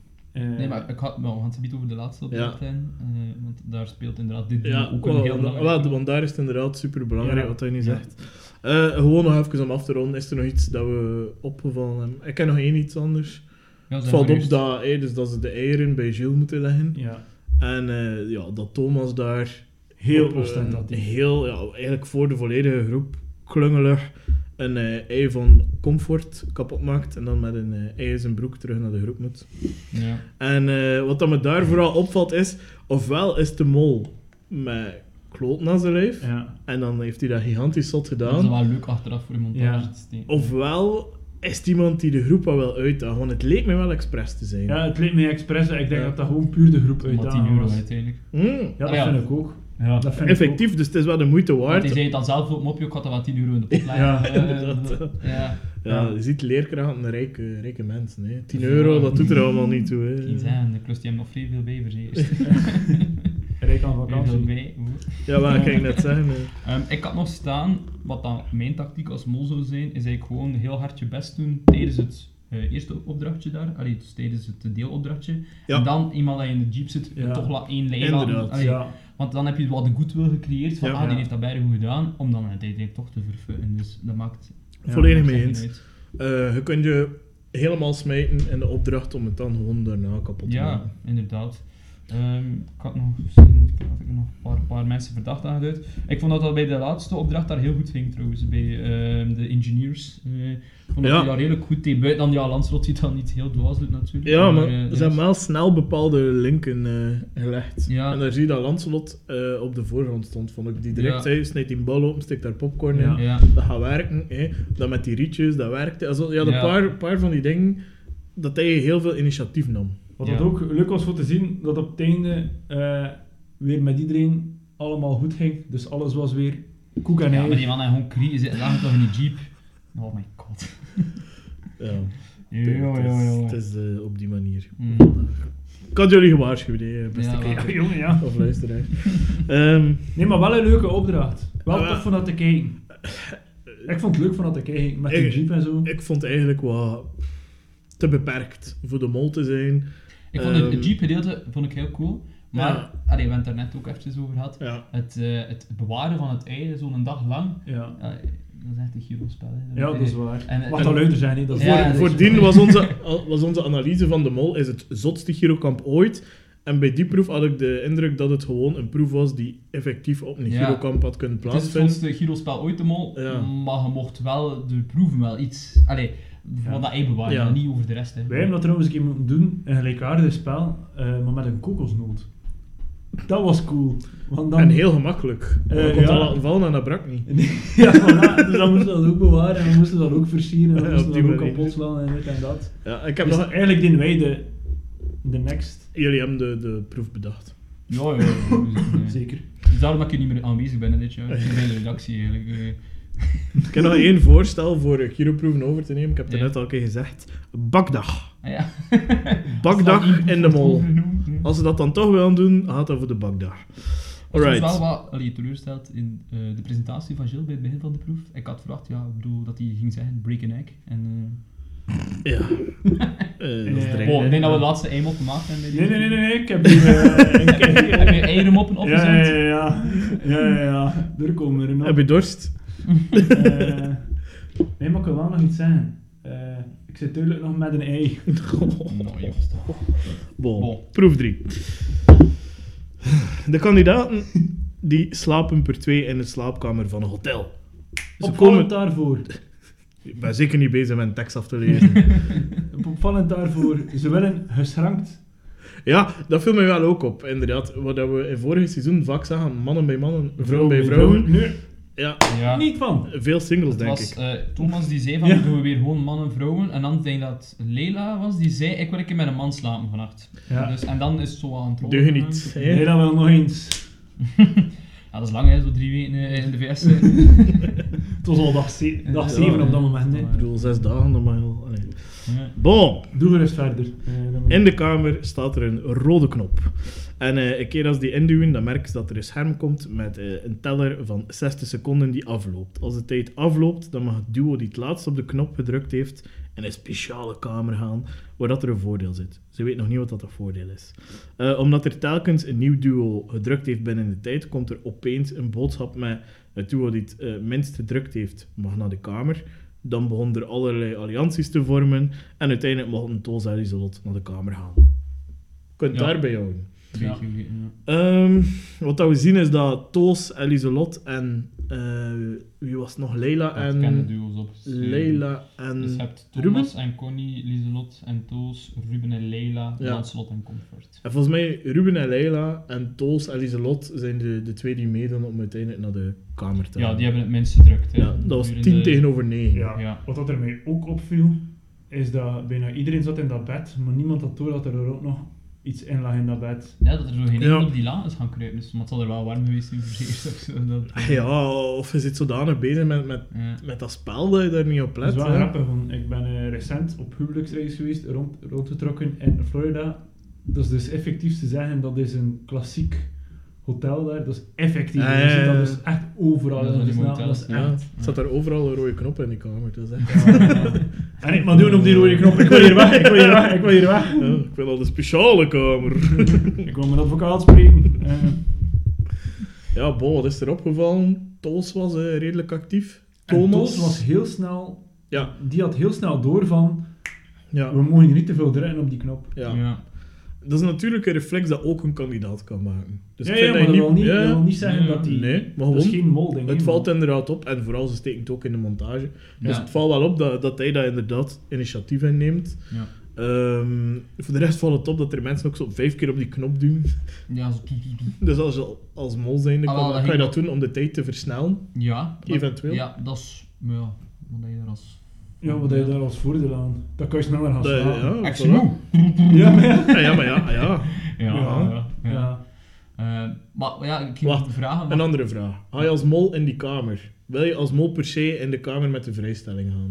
Nee, maar we gaan het niet over de laatste opdracht hebben, want daar speelt inderdaad dit Ja, duo ook een heel belangrijk rol. want daar is het inderdaad super belangrijk Ja. wat hij nu Ja. zegt. Gewoon nog even om af te ronden, is er nog iets dat we opgevallen hebben? Ik heb nog één iets anders. Ja, Het zeg valt maar op eerst. dat, dus dat ze de eieren bij Gilles moeten leggen. Ja. En ja, dat Thomas daar Heel op, ostentatief. heel, ja, eigenlijk voor de volledige groep klungelig een ei van Comfort kapot maakt en dan met een ei in zijn broek terug naar de groep moet. Ja. En wat dat me daar vooral opvalt is, ofwel is de mol met kloot aan zijn lijf, Ja. en dan heeft hij dat gigantisch zot Dat is gedaan, wel leuk achteraf voor de montage Ja. te steken. ofwel is het iemand die de groep al wel uitdaagt, want het leek me wel expres te zijn. Ja, het leek mij expres. Ik denk Ja. dat dat gewoon puur de groep Maar uitdagen 10 euro was. uiteindelijk. Mm, Ja, dat Ah, ja. vind ik ook. Ja, dat vind effectief, dus het is wel de moeite Want waard. hij zei het dan zelf op het mopje, ik had er wel 10 euro in de pot leggen. Ja, inderdaad. Ja, Ja, je ziet leerkrachten rijke mensen. Hè. 10 euro, dat doet er allemaal niet toe. Hè. geen zijn, de klus die hem nog vrij veel bij verzekerd. Rijk aan Heel veel vakantie. bij. Oeh. Ja, wat kan ik net zeggen? Ik had nog staan, wat dan mijn tactiek als mol zou zijn, is eigenlijk gewoon heel hard je best doen tijdens het eerste opdrachtje daar, allee, dus tijdens het deelopdrachtje. Ja. En dan, eenmaal dat je in de jeep zit, Ja. toch één lijn Inderdaad. laten. Allee, Ja. Want dan heb je wel de goodwill gecreëerd van, Ja. die heeft dat bijna goed gedaan, om dan uiteindelijk toch te verfutten. Dus dat maakt... Volledig maakt mee geen eens. uit. Je kunt je helemaal smijten in de opdracht om het dan gewoon daarna kapot te Ja, maken. inderdaad. Ik had nog gezien, had ik nog een paar mensen verdacht aangeduid. Ik vond dat bij de laatste opdracht daar heel goed ging trouwens, bij de engineers. Ik vond dat hij daar redelijk goed deed. Buiten dan Lancelot die dan niet heel dwaas doet natuurlijk. Ja, maar ze hebben wel snel bepaalde linken gelegd. Ja. En daar zie je dat Lancelot op de voorgrond stond, vond ik. Die direct zei, snijd die bal open, steek daar popcorn in. Ja. Dat gaat werken. Dat met die rietjes, dat werkte. Also, een paar van die dingen, dat hij heel veel initiatief nam. Wat dat ook leuk was voor te zien, dat op het einde weer met iedereen allemaal goed ging. Dus alles was weer koek en Ja, ei. maar die man en gewoon kriegen, lagen toch in die jeep. Oh my god. Ja. Ja. Het is op die manier. Mm. Ik had jullie gewaarschuwd, beste Ja, kijker. Jongen, ja. Of luisteraar. Nee, maar wel een leuke opdracht. Wel Ja. tof van dat te kijken. Ik vond het leuk van dat te kijken, met die jeep en zo. Ik vond het eigenlijk wat te beperkt voor de mol te zijn. Ik vond het jeep gedeelte vond ik heel cool. Maar, we hebben het er net ook eventjes over gehad. Ja. Het bewaren van het ei zo'n dag lang, Ja. dat is echt een Giro-spel. Hè. Ja, dat is waar. En- Mag dat luider zijn, hè? Dat is Ja, waar. dat is Voordien waar. was onze analyse van de mol is het zotste Girokamp ooit. En bij die proef had ik de indruk dat het gewoon een proef was die effectief op een Ja. Girokamp had kunnen Het is het plaatsvinden. volste Giro-spel ooit de mol, Ja. maar je mocht wel de proeven wel iets... Allee, van dat ei bewaren, Ja. maar niet over de rest. Hè. Wij hebben dat trouwens een keer moeten doen, een gelijkaardig spel, maar met een kokosnoot. Dat was cool. Want dan... En heel gemakkelijk. Je kon ja. dat laten vallen en dat brak niet. Ja, voilà. Dus dan moesten we dat ook bewaren en we moesten dat ook versieren en we Ja, moesten op dat die ook manier. kapot slaan en dit en dat. Ja, ik heb Dus nog... eigenlijk deden wij de next. Jullie hebben de proef bedacht. Ja. Zeker. Dus daarom dat ik niet meer aanwezig ben in dit jaar. Ik ben bij de redactie eigenlijk. Ik heb nog één voorstel voor Giroproeven over te nemen. Ik heb het Ja. net al een keer gezegd. Bakdag. Ah, ja. Bakdag in de mol. Als Als ze dat dan toch willen doen, gaat dat voor de bakdag. Ik was Alright. wel wat teleurgesteld in de presentatie van Gilles bij het begin van de proef. Ik had verwacht, dat hij ging zeggen break an egg. En, Ja. Dat is dreigend. ik denk dat we de laatste eimop gemaakt hebben bij die. Nee. Ik heb hier... Heb je eieren moppen opgezet? Ja. Er komen er nog. Heb je dorst? Nee, maar ik wil wel nog iets zeggen. Ik zit duidelijk nog met een ei. Nou, jongens. Bon. Proef 3. De kandidaten die slapen per 2 in de slaapkamer van een hotel. Ze Opvallend daarvoor. Ik ben zeker niet bezig met een tekst af te lezen. Opvallend daarvoor. Ze willen geschrankt. Ja, dat viel mij wel ook op, inderdaad. Wat we in vorige seizoen vaak zagen, mannen bij mannen, vrouwen bij vrouwen. Nee, Ja, Ja. niet van. veel singles, Het denk was ik. Thomas die zei van, Ja. we doen weer gewoon mannen, vrouwen. En dan denk ik dat Leila was, die zei, ik wil een keer met een man slapen vannacht. Ja. Dus, en dan is het zo aan het rollen Deug je gegaan. niet. hè? Nee, dat wel nog eens. Ja, dat is lang, hè, zo 3 weken in de VS. Het was al dag 7 op dat moment. Hè. Ik bedoel, 6 dagen normaal. Allee. Ja. Bon, Doe er eens verder. in de kamer staat er een rode knop. En een keer als die induwen, dan merk je dat er een scherm komt met een teller van 60 seconden die afloopt. Als de tijd afloopt, dan mag het duo die het laatst op de knop gedrukt heeft in een speciale kamer gaan, waar dat er een voordeel zit. Ze weet nog niet wat dat voordeel is. Omdat er telkens een nieuw duo gedrukt heeft binnen de tijd, komt er opeens een boodschap met het duo die het minst gedrukt heeft, mag naar de kamer. Dan begonnen er allerlei allianties te vormen en uiteindelijk mochten Toos en Lieselot naar de kamer gaan. Je kunt Ja. daarbij houden. Beetje, ja. Wat dat we zien is dat Toos en Lieselot en wie was het nog? Leila Ik ken de en... duo's op. Leila en... Dus je hebt Ruben? Thomas en Connie, Lieselot en Toos, Ruben en Leila, Ja. Lancelot en Comfort. En volgens mij Ruben en Leila en Toos en Lieselot zijn de twee die meedoen om uiteindelijk naar de kamer te gaan. Ja, die hebben het minst gedrukt. Hè. Ja, dat was Gedurende- 10 tegenover 9. Ja. Ja. Wat dat er mij ook opviel, is dat bijna iedereen zat in dat bed, maar niemand had door dat er ook nog iets in lag in dat bed. Ja, dat er zo geen Ja. één op die laan is gaan kruipen. Dus, maar het zal er wel warm geweest zijn voor eerst of zo. Dat, Ja, of je zit zodanig bezig ja. met dat spel dat je daar niet op Dat let. is wel hè. grappig, want ik ben recent op huwelijksreis geweest, rondgetrokken in Florida. Dat is dus effectief te zeggen, dat is een klassiek hotel daar. Dat is effectief. Ja, Je ziet dat ja. dus echt overal. Ja, Dat die is, nou- motels, dat is Ja, echt... het zat daar overal een rode knop in die kamer. Dat is echt... En ik maar doen op die rode knop. Ik wil hier weg, ik wil hier weg, ik wil hier weg. Ja, ik wil al de speciale kamer. Ik wil mijn advocaat spreken. Ja, bon, wat is er opgevallen? Toos was redelijk actief. En Thomas Toos was heel snel... Ja. Die had heel snel door van... Ja. We mogen hier niet te veel drukken op die knop. Ja. Ja. dat is natuurlijk een reflex dat ook een kandidaat kan maken. Dus ik Ja, vind maar dat je wil niet, ja, dat wil niet zeggen dat die... nee, maar dat is gewoon, geen mol, denk ik. het valt inderdaad op, en vooral ze steken het ook in de montage. Dus Ja. het valt wel op dat hij daar inderdaad initiatief in neemt. Ja. Voor de rest valt het op dat er mensen ook zo 5 keer op die knop doen. Ja, zo... Dus als je als mol zijnde Ah, wel, kan, dat kan je ging dat doen om de tijd te versnellen. Ja. Eventueel. Ja, dat is... Ja, wat je daar als... Ja, wat heb je daar als voordeel aan? Dat kan je sneller gaan Dat- slagen. ja, Action voilà. move! Ja, maar ja. Ja, maar ja. Ja, Ja. ja. Maar ja, ik Wacht, ging vragen... Een andere vraag. Ga je als mol in die kamer? Wil je als mol per se in de kamer met de vrijstelling gaan?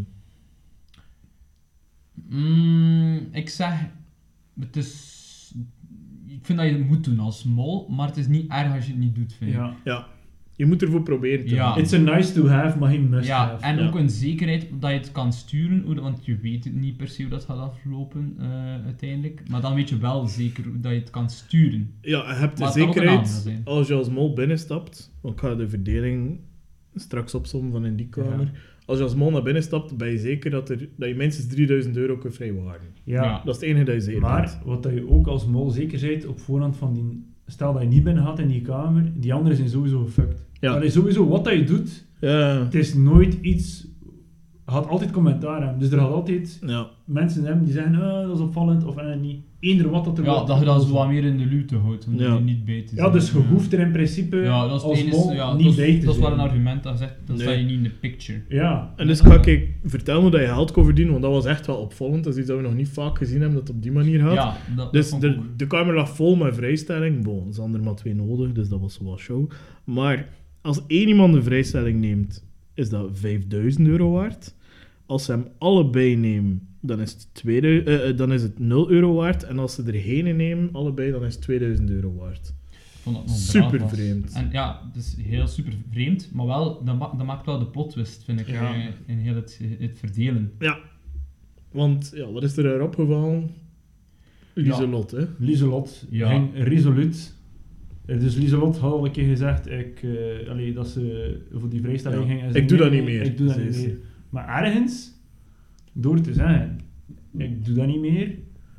Ik zeg... Het is... Ik vind dat je het moet doen als mol, maar het is niet erg als je het niet doet, vind ik. Ja. Ja. Je moet ervoor proberen te Ja. gaan. It's a nice to have, maar geen must Ja, have. en Ja. ook een zekerheid dat je het kan sturen, want je weet het niet per se hoe dat gaat aflopen uiteindelijk. Maar dan weet je wel zeker hoe dat je het kan sturen. Ja, je hebt de Maar het kan ook een zekerheid andere zijn. als je als mol binnenstapt. Want ik ga de verdeling straks opzommen van in die kamer. Ja. Als je als mol naar binnen stapt, ben je zeker dat je minstens €3000 kunt vrijwaren. Ja. Ja. Dat is het enige dat je zeker Maar bent. wat dat je ook als mol zeker bent op voorhand van die... Stel dat je niet binnen gaat in die kamer, die anderen zijn sowieso gefucked. Ja. Dat is sowieso wat dat je doet, Ja. het is nooit iets... Je gaat altijd commentaar hebben. Dus er gaat altijd Ja. mensen hebben die zeggen, dat is opvallend, of niet. Eender wat dat er Ja, wel- dat je dat zo wat meer in de lute houdt, om Ja. er niet bij te zijn. Ja, dus je hoeft er in principe Ja, dat is als het mol enige, ja, niet dat bij is, te dat is wel zijn. een argument dat zegt, dat Nee. sta je niet in de picture. Ja. En dus ga ik vertellen hoe dat je geld kon verdienen, want dat was echt wel opvallend. Dat is iets dat we nog niet vaak gezien hebben, dat het op die manier gaat. Ja, dat Dus vond ik ook. de kamer lag vol met vrijstelling. Bon, ze hadden er maar 2 nodig, dus dat was wel show. Maar als één iemand een vrijstelling neemt, is dat €5000 waard. Als ze hem allebei nemen, dan is het €0 waard. En als ze er geen nemen, allebei, dan is het €2000 waard. Ik vond dat nog Super braaf was. vreemd. En ja, het is heel super vreemd, maar wel, dat maakt wel de plot twist, vind ik, Ja. in heel het verdelen. Ja, want ja, wat is er erop gevallen? Lieselot, hè? Lieselot Ja. ging resoluut. Dus Lieselot had al een keer gezegd dat ze voor die vrijstelling Ja. ging. En ze Ik doe dat nee, niet meer, Ik doe dat zei niet ze. meer. Maar ergens, door te zeggen, ik doe dat niet meer,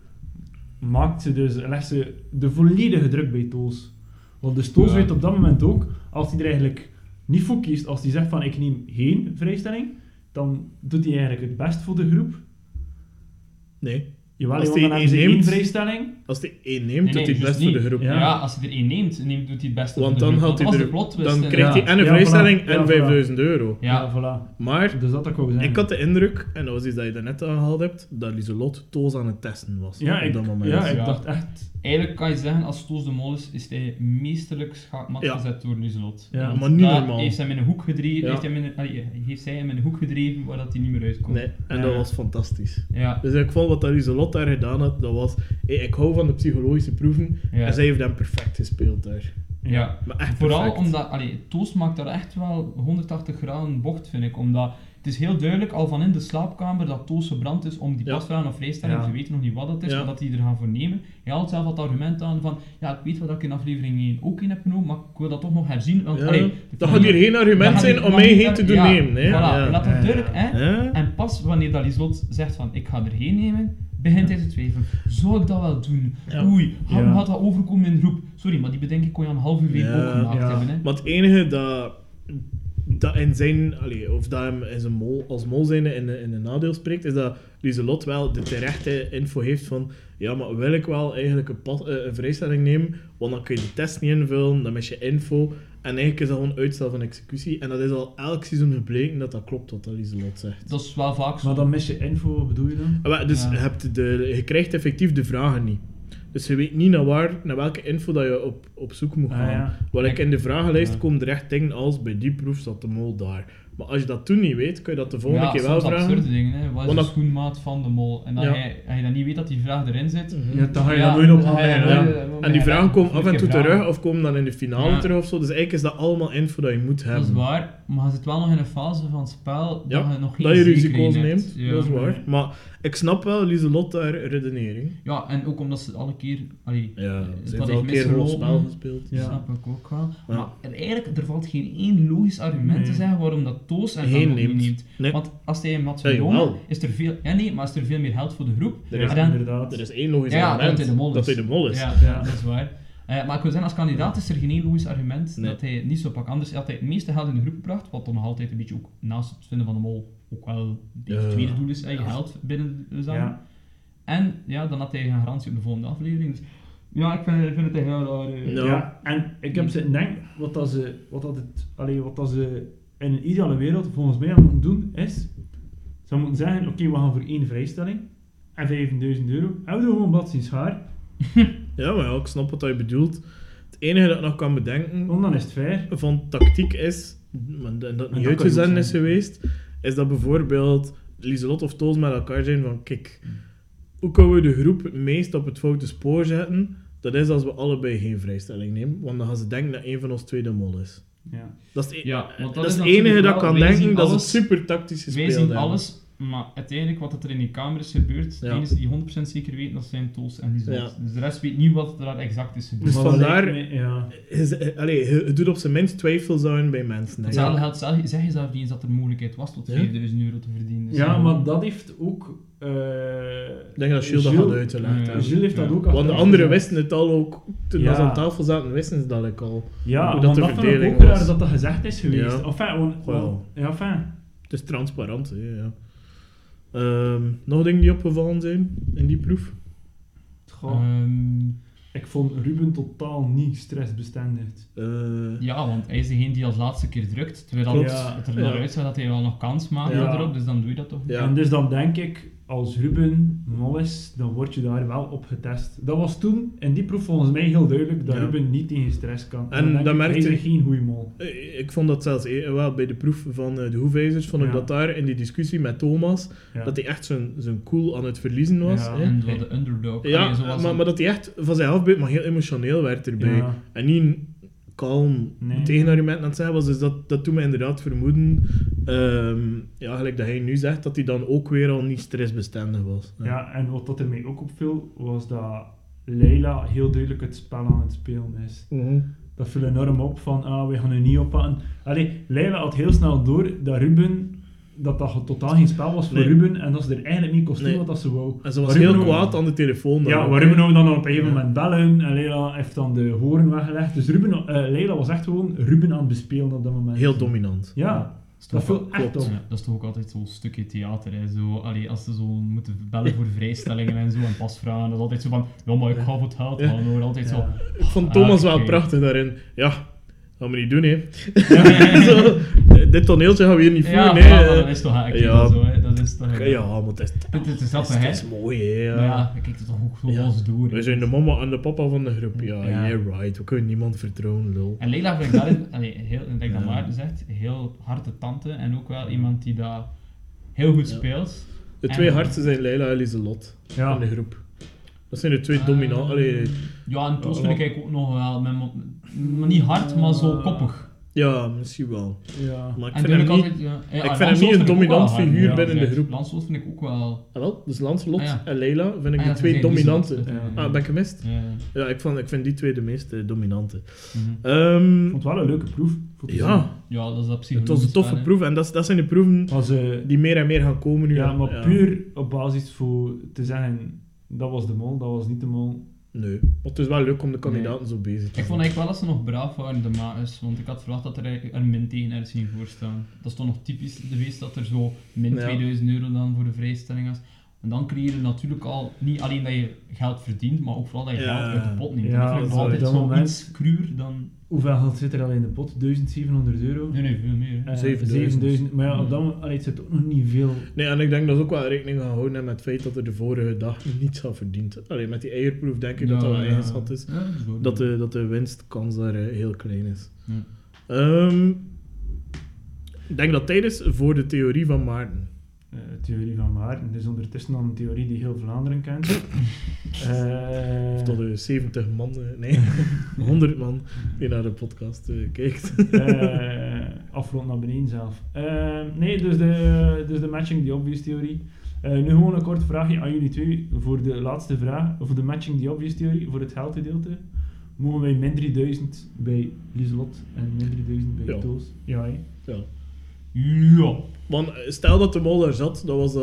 legt ze de volledige druk bij Toos. Want dus Toos Ja. weet op dat moment ook, als hij er eigenlijk niet voor kiest, als hij zegt van ik neem geen vrijstelling, dan doet hij eigenlijk het best voor de groep. Nee. Jawel, Als want hij dan hebben ze één één neemt- vrijstelling. Als hij 1 neemt, doet hij het dus best voor de niet. groep. Ja. Ja, als hij er één neemt, doet hij het beste Want voor de dan groep. had hij dat was er- de plot twist, Dan hè. krijgt Ja. hij en een Ja, vrijstelling voilà. en Ja, €5000. Ja, Voilà. Maar Dus dat ik wou zeggen. ik had de indruk, en dat was iets dat je daarnet aangehaald hebt, dat Lieselot Toos aan het testen was. Ja, op dat moment. ik Ja. dacht echt... Eigenlijk kan je zeggen, als Toos de Mol is hij meesterlijk schaakmat Ja. gezet door Lieselot. Ja, Want maar niet daar normaal. heeft hij hem in een hoek gedreven, Ja. heeft zij hem in een hoek gedreven waar dat hij niet meer uitkomt. Nee, en dat was fantastisch. Ja, Dus ik vond wat dat Lieselot daar gedaan had, dat was... Hey, ik hou van de psychologische proeven, ja. en zij heeft hem perfect gespeeld daar. ja. Maar echt Vooral perfect. omdat, Toos maakt daar echt wel 180 graden bocht, vind ik. Omdat het is heel duidelijk al van in de slaapkamer dat Toos gebrand is om die Ja. pasvragen of vrijstelling. Ja. Ze weten nog niet wat het is, Ja. maar dat die er gaan voor nemen. Hij haalt zelf het argument aan van, ja, ik weet wat ik in aflevering 1 ook in heb genomen, maar ik wil dat toch nog herzien. Want, Ja. Dat gaat hier geen argument zijn om mij heen te doen nemen. Hè? Voilà, Ja. laat dat duidelijk, hè. Ja. En pas wanneer dat Lieselot zegt van, ik ga er geen nemen, begint hij te twijfelen. Zou ik dat wel doen? Ja. Oei, hoe Ja. gaat dat overkomen in de groep? Sorry, maar die bedenking kon je al een half uur geleden Ja. ook gemaakt Ja. hebben, hè. Maar het enige dat in zijn... of dat hem in zijn als mol zijnde in een nadeel spreekt, is dat Lieselot wel de terechte info heeft van ja, maar wil ik wel eigenlijk een vrijstelling nemen, want dan kun je de test niet invullen, dan mis je info, en eigenlijk is dat gewoon uitstel van executie. En dat is al elk seizoen gebleken dat dat klopt, wat dat Lieselot zegt. Dat is wel vaak zo. Maar dan mis je info, wat bedoel je dan? Dus Ja. je krijgt effectief de vragen niet. Dus je weet niet naar welke info dat je op zoek moet gaan. Ja. Wat ik in de vragenlijst Ja. komen er echt dingen als bij die proef zat de mol daar. Maar als je dat toen niet weet, kun je dat de volgende keer wel soms vragen. absurde dingen, hè. Wat is Want de dat- schoenmaat van de mol? En dan Ja. als je dan niet weet dat die vraag erin zit... Mhm. Ja, dan ga je ja, daar nooit op dan ga je gaan. nooit- Ja. En die vragen komen af en toe vragen. terug of komen dan in de finale Ja. terug of zo. Dus eigenlijk is dat allemaal info dat je moet Dat is hebben. waar, maar je zit wel nog in een fase van het spel Ja, dat je nog geen dat je zekerheid risico's hebt. neemt, Ja. dat is waar. Maar ik snap wel Lieselot daar redenering. Ja, en ook omdat ze alle keer... Allee, Ja, het ze wat heeft al een keer een rol spel misgelopen. gespeeld. Ja. Snap ik ook wel. Ja. Maar eigenlijk, er valt geen één logisch argument te Nee. zeggen waarom dat Toos en Geen dan ook niet neemt. neemt. Nee. Want als hij hem had Ja, genomen, jawel. is er veel... Ja, nee, maar is er veel meer geld voor de groep. Er Ja, is, Maar dan- inderdaad. er is één logisch Ja, argument. dat hij de mol is. Dat hij de mol is. Ja, Ja. dat is waar. Maar ik wil zeggen, als kandidaat is er geen logisch argument Nee. dat hij het niet zou pakken. Anders had hij het meeste geld in de groep gebracht, wat dan nog altijd een beetje ook naast het vinden van de mol ook wel een beetje het tweede doel is, je geld binnen de zaal. Ja. En ja, dan had hij een garantie op de volgende aflevering. Dus ja, ik vind het een heel Ja. Ja, en ik heb zitten denken, wat dat ze in een ideale wereld volgens mij moeten doen, is, ze moeten zeggen, oké, we gaan voor 1 vrijstelling en €5.000 en we doen gewoon Batsy Schaar, Ja, maar ja, ik snap wat je bedoelt. Het enige dat ik nog kan bedenken want dan is het fair. van tactiek is, en dat dat niet kan uitgezenden ook is zijn. geweest, is dat bijvoorbeeld Lieselot of Toos met elkaar zijn van, kijk, hoe kunnen we de groep het meest op het foute spoor zetten? Dat is als we allebei geen vrijstelling nemen, want dan gaan ze denken dat één van ons twee de mol is. Ja. Dat is, Ja, want dat is het natuurlijk enige dat ik wel- kan wij denken, zien dat is het alles- super tactisch Wij gespeeld zien hebben. alles, maar uiteindelijk wat er in die kamer is gebeurd, Ja. de enige die 100% zeker weten, dat zijn Toos en Lieselot. Ja. Dus de rest weet niet wat er daar exact is gebeurd. Dus Maar wat vandaar- lijkt mij- ja. Het doet op zijn minst twijfel zijn bij mensen. denk ik. Hetzelfde geldt, zeg je zelf niet eens dat er mogelijkheid was tot Ja. €5.000 te verdienen. Dus Ja, maar dat heeft ook... Ik denk dat Gilles dat Gilles- gaat uitleggen. Ja. Gilles heeft dat Ja. ook Want de achteraf anderen gezegd. wisten het al ook. Toen Ja. ze aan tafel zaten, wisten ze dat ik al. Ja, hoe want de dat vond ik verdeling ook raar was. dat dat gezegd is geweest. Ja. Enfin, Goh, ja, enfin. Het is transparant, hè, ja. Nog dingen die opgevallen zijn in die proef? Goh, Ehm, ik vond Ruben totaal niet stressbestendig. ja, want hij is degene die als laatste keer drukt, terwijl Klopt. het er naar Ja. uitzag dat hij wel nog kans maakt Ja. erop, dus dan doe je dat toch? Ja. En dus dan denk ik, als Ruben mol is, dan word je daar wel op getest. Dat was toen in die proef volgens mij heel duidelijk dat Ja. Ruben niet tegen stress kan. En dan denk dat ik, merkte hij ik- is geen goede mol. Ik vond dat zelfs wel bij de proef van de Hoefijzers, vond ik Ja. dat daar in die discussie met Thomas, Ja. dat hij echt zijn cool aan het verliezen was. Ja. hè. En wel de underdog. Ja, Allee, zoals maar dat hij echt van zijn afbeeld, maar heel emotioneel werd erbij. Ja. En niet kalm Nee. tegenargument aan het zeggen was. Dus dat doet me inderdaad vermoeden, ja, gelijk dat hij nu zegt, dat hij dan ook weer al niet stressbestendig was. Ja, en wat dat er mij ook opviel, was dat Leila heel duidelijk het spel aan het spelen is. Mhm. Dat viel enorm op van, we gaan er niet oppakken. Allee, Leila had heel snel door dat Ruben, dat totaal geen spel was voor Nee. Ruben en dat ze er eigenlijk niet kon doen Nee. wat dat ze wou. En ze was Maar heel Ruben ook- kwaad aan de telefoon. dan Ja, ook, waar hè. Ruben ook dan op een gegeven Ja. moment bellen en Leila heeft dan de horen weggelegd. Dus Leila was echt gewoon Ruben aan het bespelen op dat moment. Heel dominant. Ja, dat toch viel wel- echt klopt. op. Ja, dat is toch ook altijd zo'n stukje theater. Hè. Zo, allee, als ze zo moeten bellen voor vrijstellingen en zo en pasvragen, dat is altijd zo van, ja, maar ik ga voor het geld Ja. gaan hoor. Altijd zo. Ja. Ik vond Thomas wel oké. prachtig daarin. Ja, gaan we niet doen, hè. Zo, dit toneeltje gaan we hier niet voeren, Ja, hè. voilà, dat is toch haak. Ja. Zo, hè. Dat is toch... Ja, maar het is, Het is grappig, het hè. is mooi, hè. Ja. Maar ja, je kijkt er toch ook zo Ja. los door. hè. We zijn de mama en de papa van de groep. Ja, Ja. yeah, right. We kunnen niemand vertrouwen, lul. En Leila vind ik daarin, allee, heel, ik denk dat Ja. Maarten zegt, heel harte tante en ook wel iemand die dat heel goed Ja. speelt. De twee En- hardste zijn Leila en Lieselot Ja. in de groep. Dat zijn de twee dominant. Allee, Ja, en Toos Ja, vind ik eigenlijk ook nog wel, maar niet hard, maar zo koppig. ja, misschien wel. Ja. Maar ik En vind hem duidelijk niet... altijd, ja. ik vind hem niet een dominant figuur binnen de groep. Lanslot vind ik ook wel... Ah, wel, dus Lancelot Ah, ja. en Leila vind ik Ah, ja, de twee ze zijn dominante. Lieselot. Ah, ben ik gemist? Ja. Ja, ik vind die twee de meest dominante. Mhm. Ik vond het wel een leuke proef. voor te zien. Ja, Ja, dat is dat het psychologisch was een toffe spel, hè. proef. En dat zijn de proeven Was, die meer en meer gaan komen nu. ja, En, maar puur op basis voor te zeggen, dat was de mol, dat was niet de mol. Nee, maar het is wel leuk om de kandidaten zo bezig te Ik vond eigenlijk wel dat ze nog braaf waren, de Maes, want ik had verwacht dat er eigenlijk een min tegen ergens ging voorstaan. Dat is toch nog typisch geweest dat er zo min Ja. €2000 dan voor de vrijstelling was. En dan creëer je natuurlijk al, niet alleen dat je geld verdient, maar ook vooral dat je Ja. geld uit de pot neemt. Ja, En dat vind ik nog zo, altijd dat zo moment- iets cruur dan... Hoeveel geld zit er al in de pot? €1.700? Nee, veel meer. Hè. 7.000. Maar ja, op dat moment, allee, het zit ook nog niet veel. Nee, en ik denk dat ze ook wel rekening gaan houden met het feit dat er de vorige dag niets had verdiend. Allee, met die eierproef denk ik dat dat wel ingeschat is. Ja, dat is waar. Dat de winstkans daar heel klein is. Ja. Ik denk dat tijd is voor de theorie van Maarten. Theorie van Maarten. Dus ondertussen al een theorie die heel Vlaanderen kent. Of tot de 70 man, nee, 100 man die naar de podcast kijkt. Afrond naar beneden zelf. Nee, dus de matching the obvious theorie. Nu gewoon een kort vraagje aan jullie twee voor de laatste vraag. Voor de matching the obvious theorie, voor het geldgedeelte. Mogen wij min 3000 bij Lieselot en min 3000 bij Ja. Toos? Ja, hè? Ja. Ja. Want stel dat de mol daar zat, dat was...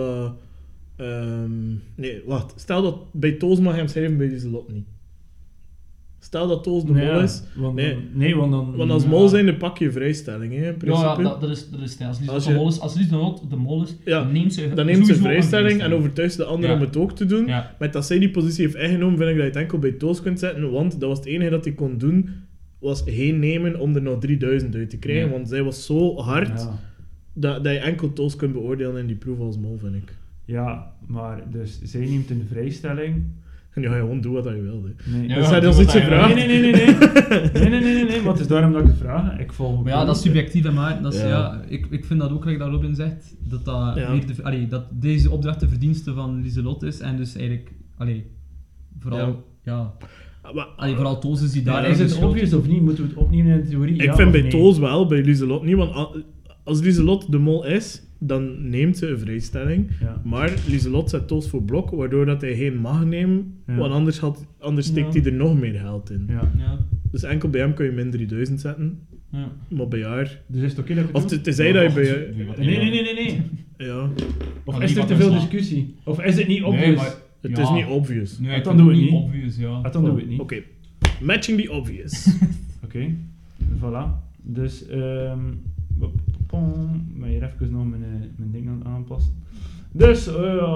nee, wacht. Stel dat bij Toos mag hem schrijven, bij Lieselot niet. Stel dat Toos de mol is. Want dan... Want als mol zijn, dan pak je vrijstelling, hè, in principe. Ja, dat is het. Als Als Lieselot de mol is, Ja, dan neemt ze dan neemt ze sowieso een vrijstelling en overtuigt de ander Ja. om het ook te doen. Ja. Met dat zij die positie heeft ingenomen, vind ik dat je het enkel bij Toos kunt zetten, want dat was het enige dat hij kon doen, was geen nemen om er nog 3000 uit te krijgen, Ja. want zij was zo hard Ja. dat je enkel Toos kunt beoordelen in die proef als mol, vind ik. Ja, maar dus zij neemt een vrijstelling. En je gaat gewoon doen wat je wil. Hè. Nee. Ja, Dus hij doe ons wat iets hij gevraagd. Nee, maar het is daarom dat ik het vraag. Ik volg Maar ja, dat is subjectief, hè, maar dat is, Ja. ik vind dat ook, gelijk dat Robin zegt, dat, Ja. meer dat deze opdracht de verdienste van Lieselot is en dus eigenlijk, vooral, vooral Toos is die daar Is eigenlijk het schuld. obvious of niet? Moeten we het opnemen in de theorie? Ik Ja vind of bij nee? Toos wel, bij Lieselot niet, want als Lieselot de mol is, dan neemt ze een vrijstelling. Ja. Maar Lieselot zet Toos voor blok, waardoor dat hij geen mag nemen, Ja. want anders steekt Ja. hij er nog meer geld in. Ja. Ja. Dus enkel bij hem kun je min 3000 zetten, Ja. maar bij haar... Dus is het oké dat ik het Of doe? tenzij dat je bij... Nee. Ja, Of Maar is die er te wat veel is discussie? Of is het niet Nee, obvious? maar... het Ja. is niet obvious. Nee, Dan doen we het niet. Obvious, ja. Dan doen we het niet. Oké. Matching the obvious. Oké, voilà. Dus, maar hier even nog mijn ding aan aanpassen. Dus,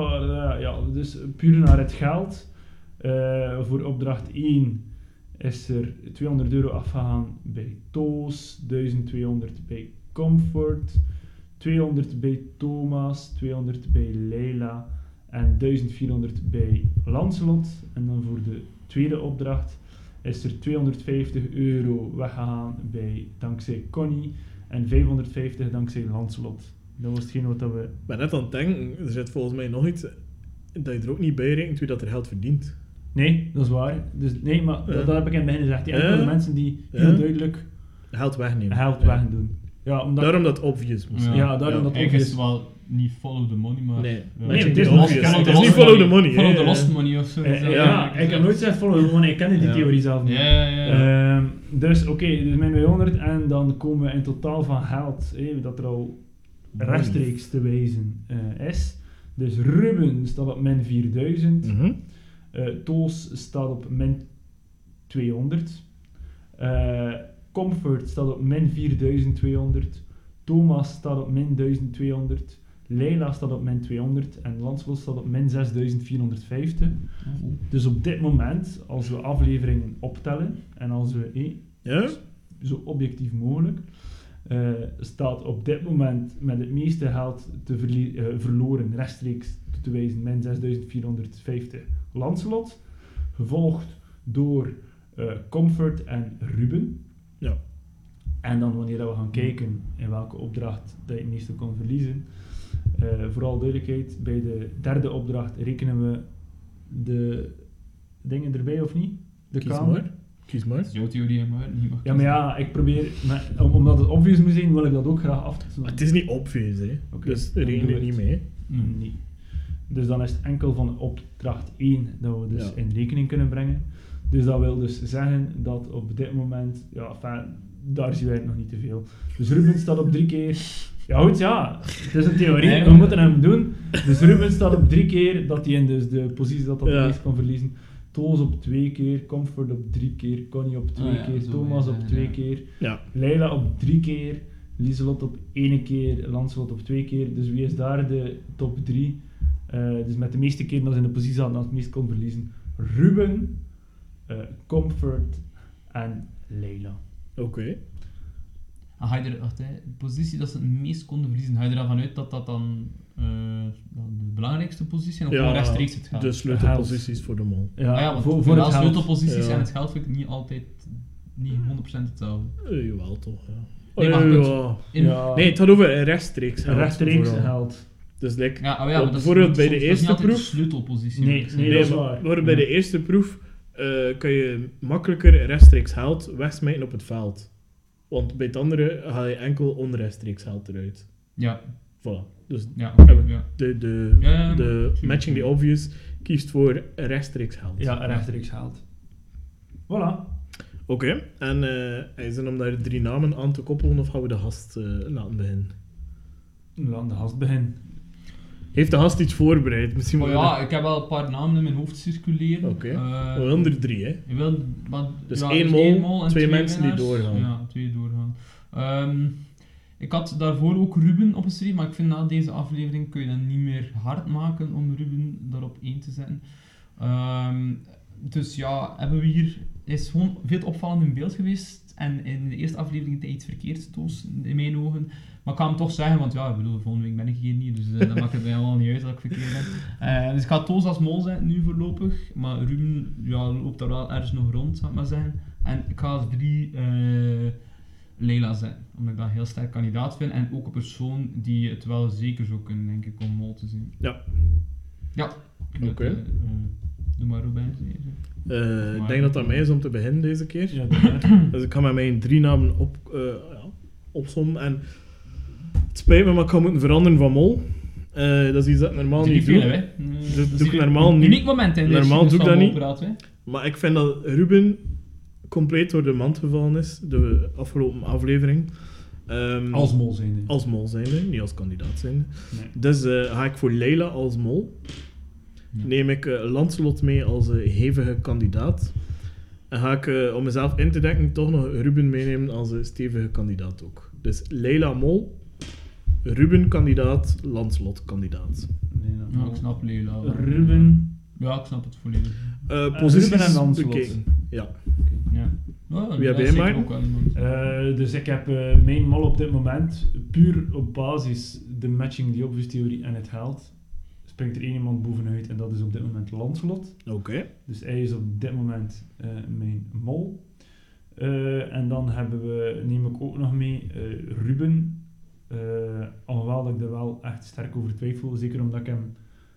dus puur naar het geld. Voor opdracht 1 is er €200 afgegaan bij Toos, 1200 bij Comfort, 200 bij Thomas, 200 bij Leila en 1400 bij Lancelot. En dan voor de tweede opdracht is er €250 weggegaan bij dankzij Connie en 550 dankzij Lancelot. Dat was hetgeen wat we... Ik ben net aan het denken, er zit volgens mij nog iets dat je er ook niet bij rekent wie dat er geld verdient. Nee, dat is waar. Dus, nee, maar Ja. dat heb ik in het begin gezegd. Die Ja. enkele mensen die Ja. heel duidelijk Geld wegnemen. geld Ja. wegdoen. Ja, omdat... Daarom dat obvious moest zijn. Ja, daarom dat Eigenlijk obvious. is het wel niet follow the money, maar... Nee, Ja. matching het the is obvious. los- Het is niet follow the money. Follow hè. the lost money of zo. ja, ik heb nooit gezegd follow, want ik kende die Ja. theorie zelf niet. Ja. Dus oké, dus mijn 200 en dan komen we in totaal van geld, dat er al rechtstreeks te wijzen is. Dus Ruben staat op min 4000, Mhm. Toos staat op min 200, Comfort staat op min 4200, Thomas staat op min 1200, Leila staat op min 200 en Lancelot staat op min 6450. Dus op dit moment, als we afleveringen optellen en als we Ja? zo objectief mogelijk, staat op dit moment met het meeste geld verloren rechtstreeks te wijzen min 6450 Lancelot, gevolgd door Comfort en Ruben. Ja. En dan wanneer we gaan kijken in welke opdracht dat je het meeste kan verliezen, vooral duidelijkheid, bij de derde opdracht rekenen we de dingen erbij of niet? De Kies kamer. maar. Kies maar. Dat is jouw theorie, maar niet mag Ja, maar ja, ik probeer, omdat het obvious moet zijn, wil ik dat ook graag af. Maar het is niet obvious, hè. Oké, Dus dan reken doen we er niet het. mee. Nee. Dus dan is het enkel van opdracht 1 dat we dus Ja. in rekening kunnen brengen. Dus dat wil dus zeggen dat op dit moment, daar zien wij het nog niet te veel. Dus Ruben staat op 3 keer. Ja goed, ja, het is een theorie, Nee, we moeten hem doen. Dus Ruben staat op 3 keer dat hij in dus de positie dat Ja. het meest kan verliezen. Toos op 2 keer, Comfort op 3 keer, Connie op 2 keer, zo, Thomas ja, op ja. 2 keer, Ja. Leila op 3 keer, Lieselot op 1 keer, Lancelot op 2 keer. Dus wie is daar de top 3? Dus met de meeste keren dat ze in de positie zaten dat het meest kon verliezen. Ruben, Comfort en Leila. Oké. Ga je er, de positie dat ze het meest konden verliezen, ga je er dan vanuit dat dat dan de belangrijkste positie of gewoon rechtstreeks het geld? de sleutelposities voor de mol. Ja, want voor het de geld. sleutelposities Ja. en het geld vind ik niet altijd niet 100% hetzelfde. Jawel, toch, ja. Nee, maar goed. Ja. Ja, Nee, het gaat over rechtstreeks geld. rechtstreeks vooral. geld. Dus like, Ja, maar dat is bijvoorbeeld niet bij de soms- dat is eerste niet altijd proef... de sleutelpositie. Nee, moet ik zeggen. nee, dat is maar waar. bijvoorbeeld bij Ja. de eerste proef kan je makkelijker rechtstreeks geld wegsmijten op het veld. Want bij het andere ga je enkel onrechtstreeks geld eruit. Ja, Voilà. Dus ja, oké, Ja, ja. de Ja, matching the obvious kiest voor rechtstreeks geld. Ja, rechtstreeks geld. Voilà. Oké. En is het om daar 3 namen aan te koppelen of gaan we de gast laten beginnen? Laat de gast beginnen. Heeft de gast iets voorbereid? Misschien Maar wel. ja, ik heb wel een paar namen in mijn hoofd circuleren. Oké. We willen er 3, hè? Je wil, maar, Dus ja, één dus mol, en twee mensen die winnaars. doorgaan. Ja, 2 doorgaan. Ik had daarvoor ook Ruben opgeschreven, maar ik vind na deze aflevering kun je dat niet meer hard maken om Ruben daarop 1 te zetten. Dus ja, hebben we hier... is gewoon veel opvallend in beeld geweest. En in de eerste aflevering heeft hij iets verkeerd toos, in mijn ogen. Maar ik ga hem toch zeggen, want ja, ik bedoel, volgende week ben ik hier niet, dus dat maakt het mij helemaal niet uit dat ik verkeerd ben. Dus ik ga Toos als mol zetten nu voorlopig, maar Ruben ja, loopt daar wel ergens nog rond, zou ik maar zeggen. En ik ga als 3 Leila zetten, omdat ik dat een heel sterk kandidaat vind en ook een persoon die het wel zeker zou kunnen, denk ik, om mol te zien. Ja. Ja. Oké. Doe maar Ruben. Ik denk dat dat mij is om te beginnen deze keer. Ja, dat Dus ik ga met mijn 3 namen opzommen. En het spijt me, maar ik ga moeten veranderen van mol. Dat is iets dat ik normaal niet veel, doe. hè? Dat doe ik is normaal een niet. uniek moment in de Normaal doe ik dat niet. Praat, hè? Maar ik vind dat Ruben compleet door de mand gevallen is, de afgelopen aflevering. als mol zijnde. Als mol zijnde, niet als kandidaat zijnde. Nee. Dus ga ik voor Leila als mol. Ja. Neem ik Lancelot mee als hevige kandidaat. En ga ik, om mezelf in te denken, toch nog Ruben meenemen als stevige kandidaat ook. Dus Leila mol, Ruben kandidaat, Lancelot kandidaat. Nee, dat Ja, ik snap Leila. Ruben. Ja, ik snap het volledig. Posities Ruben en Lancelot. bekeken. Ja. Ja. Ja, Wie heb dat jij, is zeker Maarten? ook wel iemand. Dus ik heb mijn mol op dit moment, puur op basis de matching, die obvious theorie en het geld, springt er één iemand bovenuit en dat is op dit moment Lancelot. Oké. Dus hij is op dit moment mijn mol. En dan neem ik ook nog mee Ruben. Alhoewel dat ik er wel echt sterk over twijfel, zeker omdat ik hem...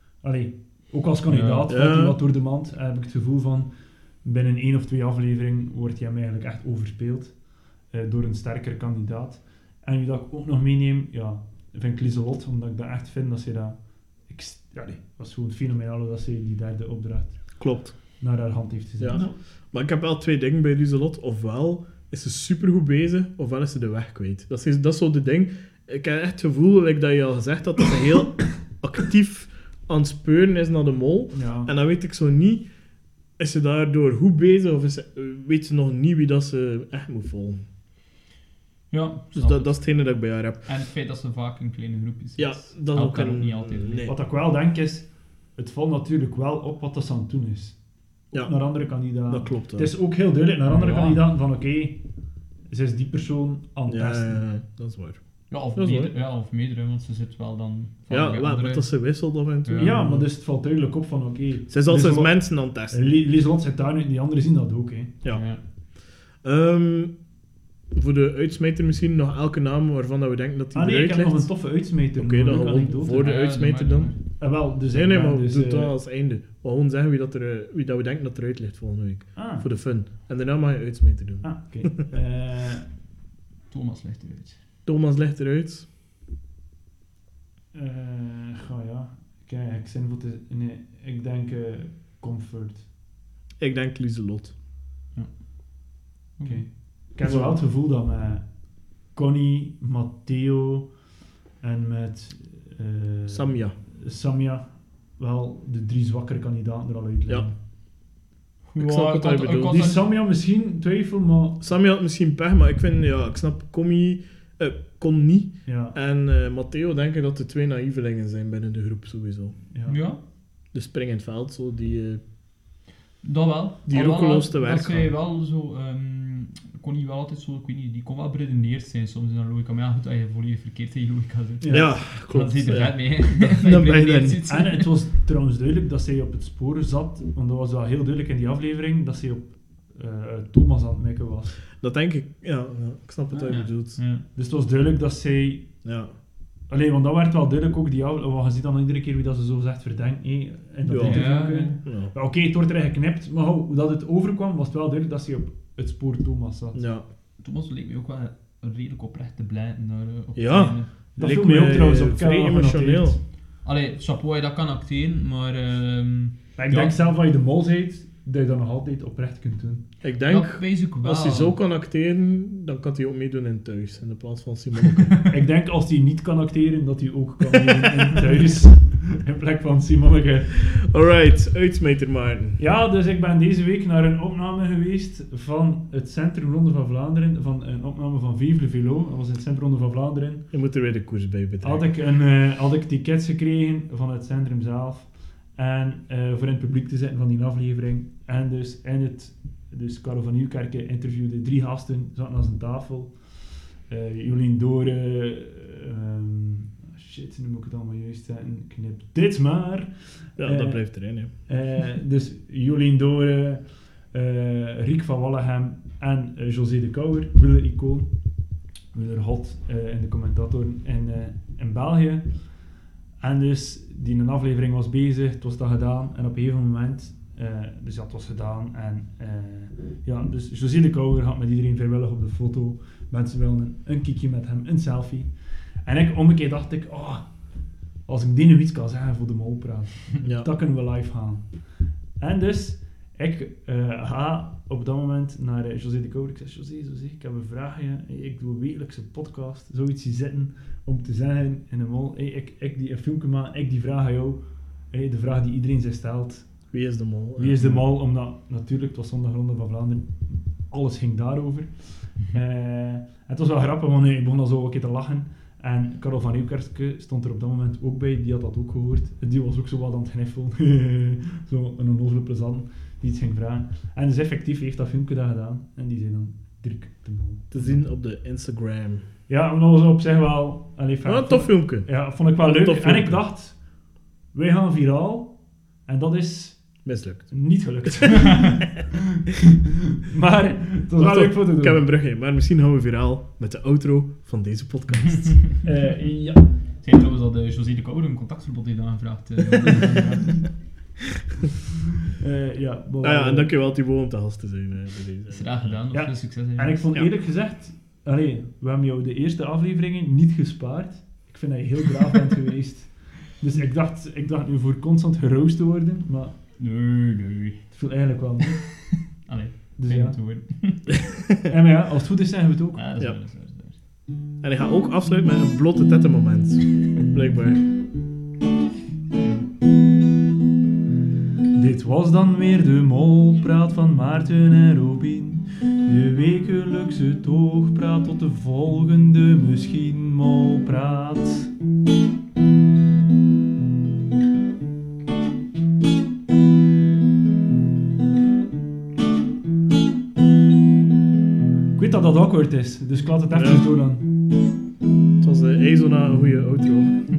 ook als kandidaat Ja. valt hij wat door de mand. Heb ik het gevoel van, binnen 1 of 2 afleveringen wordt hij hem eigenlijk echt overspeeld door een sterker kandidaat. En wie dat ik ook nog meeneem, ja, vind ik Lieselot, omdat ik dat echt vind dat ze dat... dat was gewoon fenomenaal dat ze die derde opdracht Klopt. naar haar hand heeft gezet. Ja. Maar ik heb wel 2 dingen bij Lieselot. Ofwel is ze supergoed bezig, ofwel is ze de weg kwijt. Dat is zo de ding. Ik heb echt het gevoel, dat je al gezegd had, dat ze heel actief aan het speuren is naar de mol. Ja. En dan weet ik zo niet, is ze daardoor goed bezig, of weet ze nog niet wie dat ze echt moet volgen. Ja, Dus snap dat het. is hetgene dat ik bij haar heb. En het feit dat ze vaak in kleine groepjes Ja, zit. dat is ook Elkaar een... ook niet altijd. Nee. Wat ik wel denk is, het valt natuurlijk wel op wat dat ze aan het doen is. Ook Ja. naar andere kandidaten. Dat klopt wel. Het is ook heel duidelijk naar andere Ja. kandidaten van oké, ze is die persoon aan het testen. Ja, dat is waar. Ja, of Dat is meerdere, ja, of meerdere, want ze zit wel dan... van Ja, bij wel, andere- want dat ze wisselt af en toe. Ja. Ja, maar dus het valt duidelijk op van oké. Ze is al sinds Lieselot- mensen aan het testen. Lieselot zit daar nu, die anderen zien dat ook. Hè. Ja. Voor de uitsmijter misschien nog elke naam waarvan dat we denken dat die Ah nee, ik eruit heb nog ligt. een toffe uitsmijter. Oké, nog dan een leuke gewoon anekdote. voor de Ja, uitsmijter doe dan. maar. Wel, dus Nee, ik nee, ben maar dus, doe het dan als einde. We gaan gewoon zeggen wie dat we denken dat eruit ligt volgende week. Ah, Voor de fun. En daarna mag je uitsmijter doen. oké. Thomas legt eruit. Thomas ligt eruit. Ja. Kijk, ik zin voor te... Nee, ik denk Comfort. Ik denk Lieselot. Oké. Ik heb wel het gevoel dat met Connie, Matteo en met Samja. Samja wel de 3 zwakkere kandidaten er al uit liggen. Ik snap wat hij bedoelt. Die Samja misschien twijfel, maar Samja had misschien pech, maar ik vind, ik snap Connie ja. en Matteo denken dat de 2 naïvelingen zijn binnen de groep sowieso. Ja, De spring in het veld, zo die... dat wel. Die Alhoewel roekeloos te dat werk zij gaan. wel zo... kon niet wel altijd zo... Ik weet niet, die kon wel beredeneerd zijn soms in haar logica. Maar ja, goed, als je volledig verkeerd in je logica zit. Ja, Dan klopt. zit er ja. vet mee. Dan ben je beredeneerd er. zit. En het was trouwens duidelijk dat zij op het spoor zat, want dat was wel heel duidelijk in die aflevering, dat zij op Thomas aan het mikken was. Dat denk ik, ja, ik snap wat hij Ja. bedoelt. Ja. Dus het was duidelijk dat zij... Ja. Alleen, want dat werd wel duidelijk ook, die want je ziet dan iedere keer wie dat ze zo zegt verdenkt, in dat Ja. interview. Ja. Ja. Maar oké, het wordt erin geknipt, maar hoe dat het overkwam, was het wel duidelijk dat ze op het spoor Thomas zat. Ja. Thomas leek me ook wel redelijk oprecht te blijven daar op Ja. het einde. Dat Leek viel mij ook mij trouwens op. vrij emotioneel. Allee, chapeau, je dat kan acteren, maar... Maar ik Ja. denk zelf, als je de mol bent, dat je dat nog altijd oprecht kunt doen. Ik denk, Dat wees ik wel. als hij zo kan acteren, dan kan hij ook meedoen in Thuis, in de plaats van Simoneke. Ik denk als hij niet kan acteren, dat hij ook kan doen in Thuis. In plek van Simoneke. Alright, uitsmijter Maarten. Ja, dus ik ben deze week naar een opname geweest van het Centrum Ronde van Vlaanderen. Van een opname van Vive le Vélo. Dat was in het Centrum Ronde van Vlaanderen. Je moet er weer de koers bij betrekken. Had ik tickets gekregen van het centrum zelf. En voor in het publiek te zitten van die aflevering. En dus Karel van Nieuwkerke interviewde 3 gasten, zaten aan zijn tafel. Jolien Dore... shit, nu moet ik het allemaal juist zeggen. Knip dit maar. Ja, dat blijft erin, hè. Dus Jolien Dore, Riek van Wallegem en José de Kouwer, wieler-icoon. Wieler-hot in de commentatoren in België. En dus, die een aflevering was bezig, het was dat gedaan. En op een gegeven moment, dus ja, het was gedaan. En dus José de Kouwer had met iedereen vrijwillig op de foto. Mensen wilden een kiekje met hem, een selfie. En ik, omgekeerd dacht ik, als ik die nu iets kan zeggen voor de molpraat, Ja. dat kunnen we live gaan. En dus, ik ga op dat moment naar José de Kouwer. Ik zeg, José, ik heb een vraagje. Ik doe een wekelijkse podcast, zoiets hier zitten, om te zeggen in de mol, ik die een filmpje maak, ik die vraag aan jou, de vraag die iedereen zich stelt. Wie is de mol? Wie is de mol? Omdat, natuurlijk, het was zondag Ronde van Vlaanderen, alles ging daarover. Het was wel grappig, want ik begon al zo een keer te lachen. En Karel van Nieuwkerke stond er op dat moment ook bij, die had dat ook gehoord. Die was ook zo wat aan het gniffelen. Zo een onnozele plezant die iets ging vragen. En dus effectief heeft dat filmpje dat gedaan. En die zei dan, Dirk de Mol. Te zien op de Instagram. Ja, maar dat was op zich wel... Een tof filmpje. Ja, vond ik wel leuk. Tof En filmpje. ik dacht, wij gaan viraal. En dat is Mislukt. niet gelukt. Maar het was wel leuk voor te doen. Ik heb een brugje, maar misschien gaan we viraal met de outro van deze podcast. Ja. Zei trouwens dat José de Kouwer een contactverbod heeft aangevraagd. Ja, En dankjewel Thibaut om te gast te zijn. Bij deze. Is graag gedaan, of Ja. veel succes. En ik vond Ja. eerlijk gezegd, we hebben jou de eerste afleveringen niet gespaard. Ik vind dat je heel braaf bent geweest. Dus ik dacht nu voor constant geroost te worden, maar Nee. het viel eigenlijk wel mee. Allee, Dus fijn ja. om te horen. En maar ja, als het goed is, zeggen we het ook. Ja, dat is Ja. waar, dat is waar, dat is waar. En ik ga ook afsluiten met een blote tette moment. Blijkbaar. Dit was dan weer de molpraat van Maarten en Robin. Je wekelijkse toogpraat tot de volgende misschien molpraat. Ik weet dat dat awkward is, dus ik laat het even Ja. door dan. Het was Ezona een goede outro.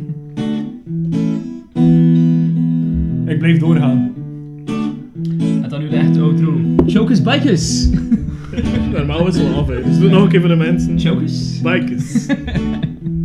Ik blijf doorgaan. En dan nu de echte outro. Chokers bikers! Normaal is het wel af, hè. Dus doe het nog een keer voor de mensen. Chokers? Bikers.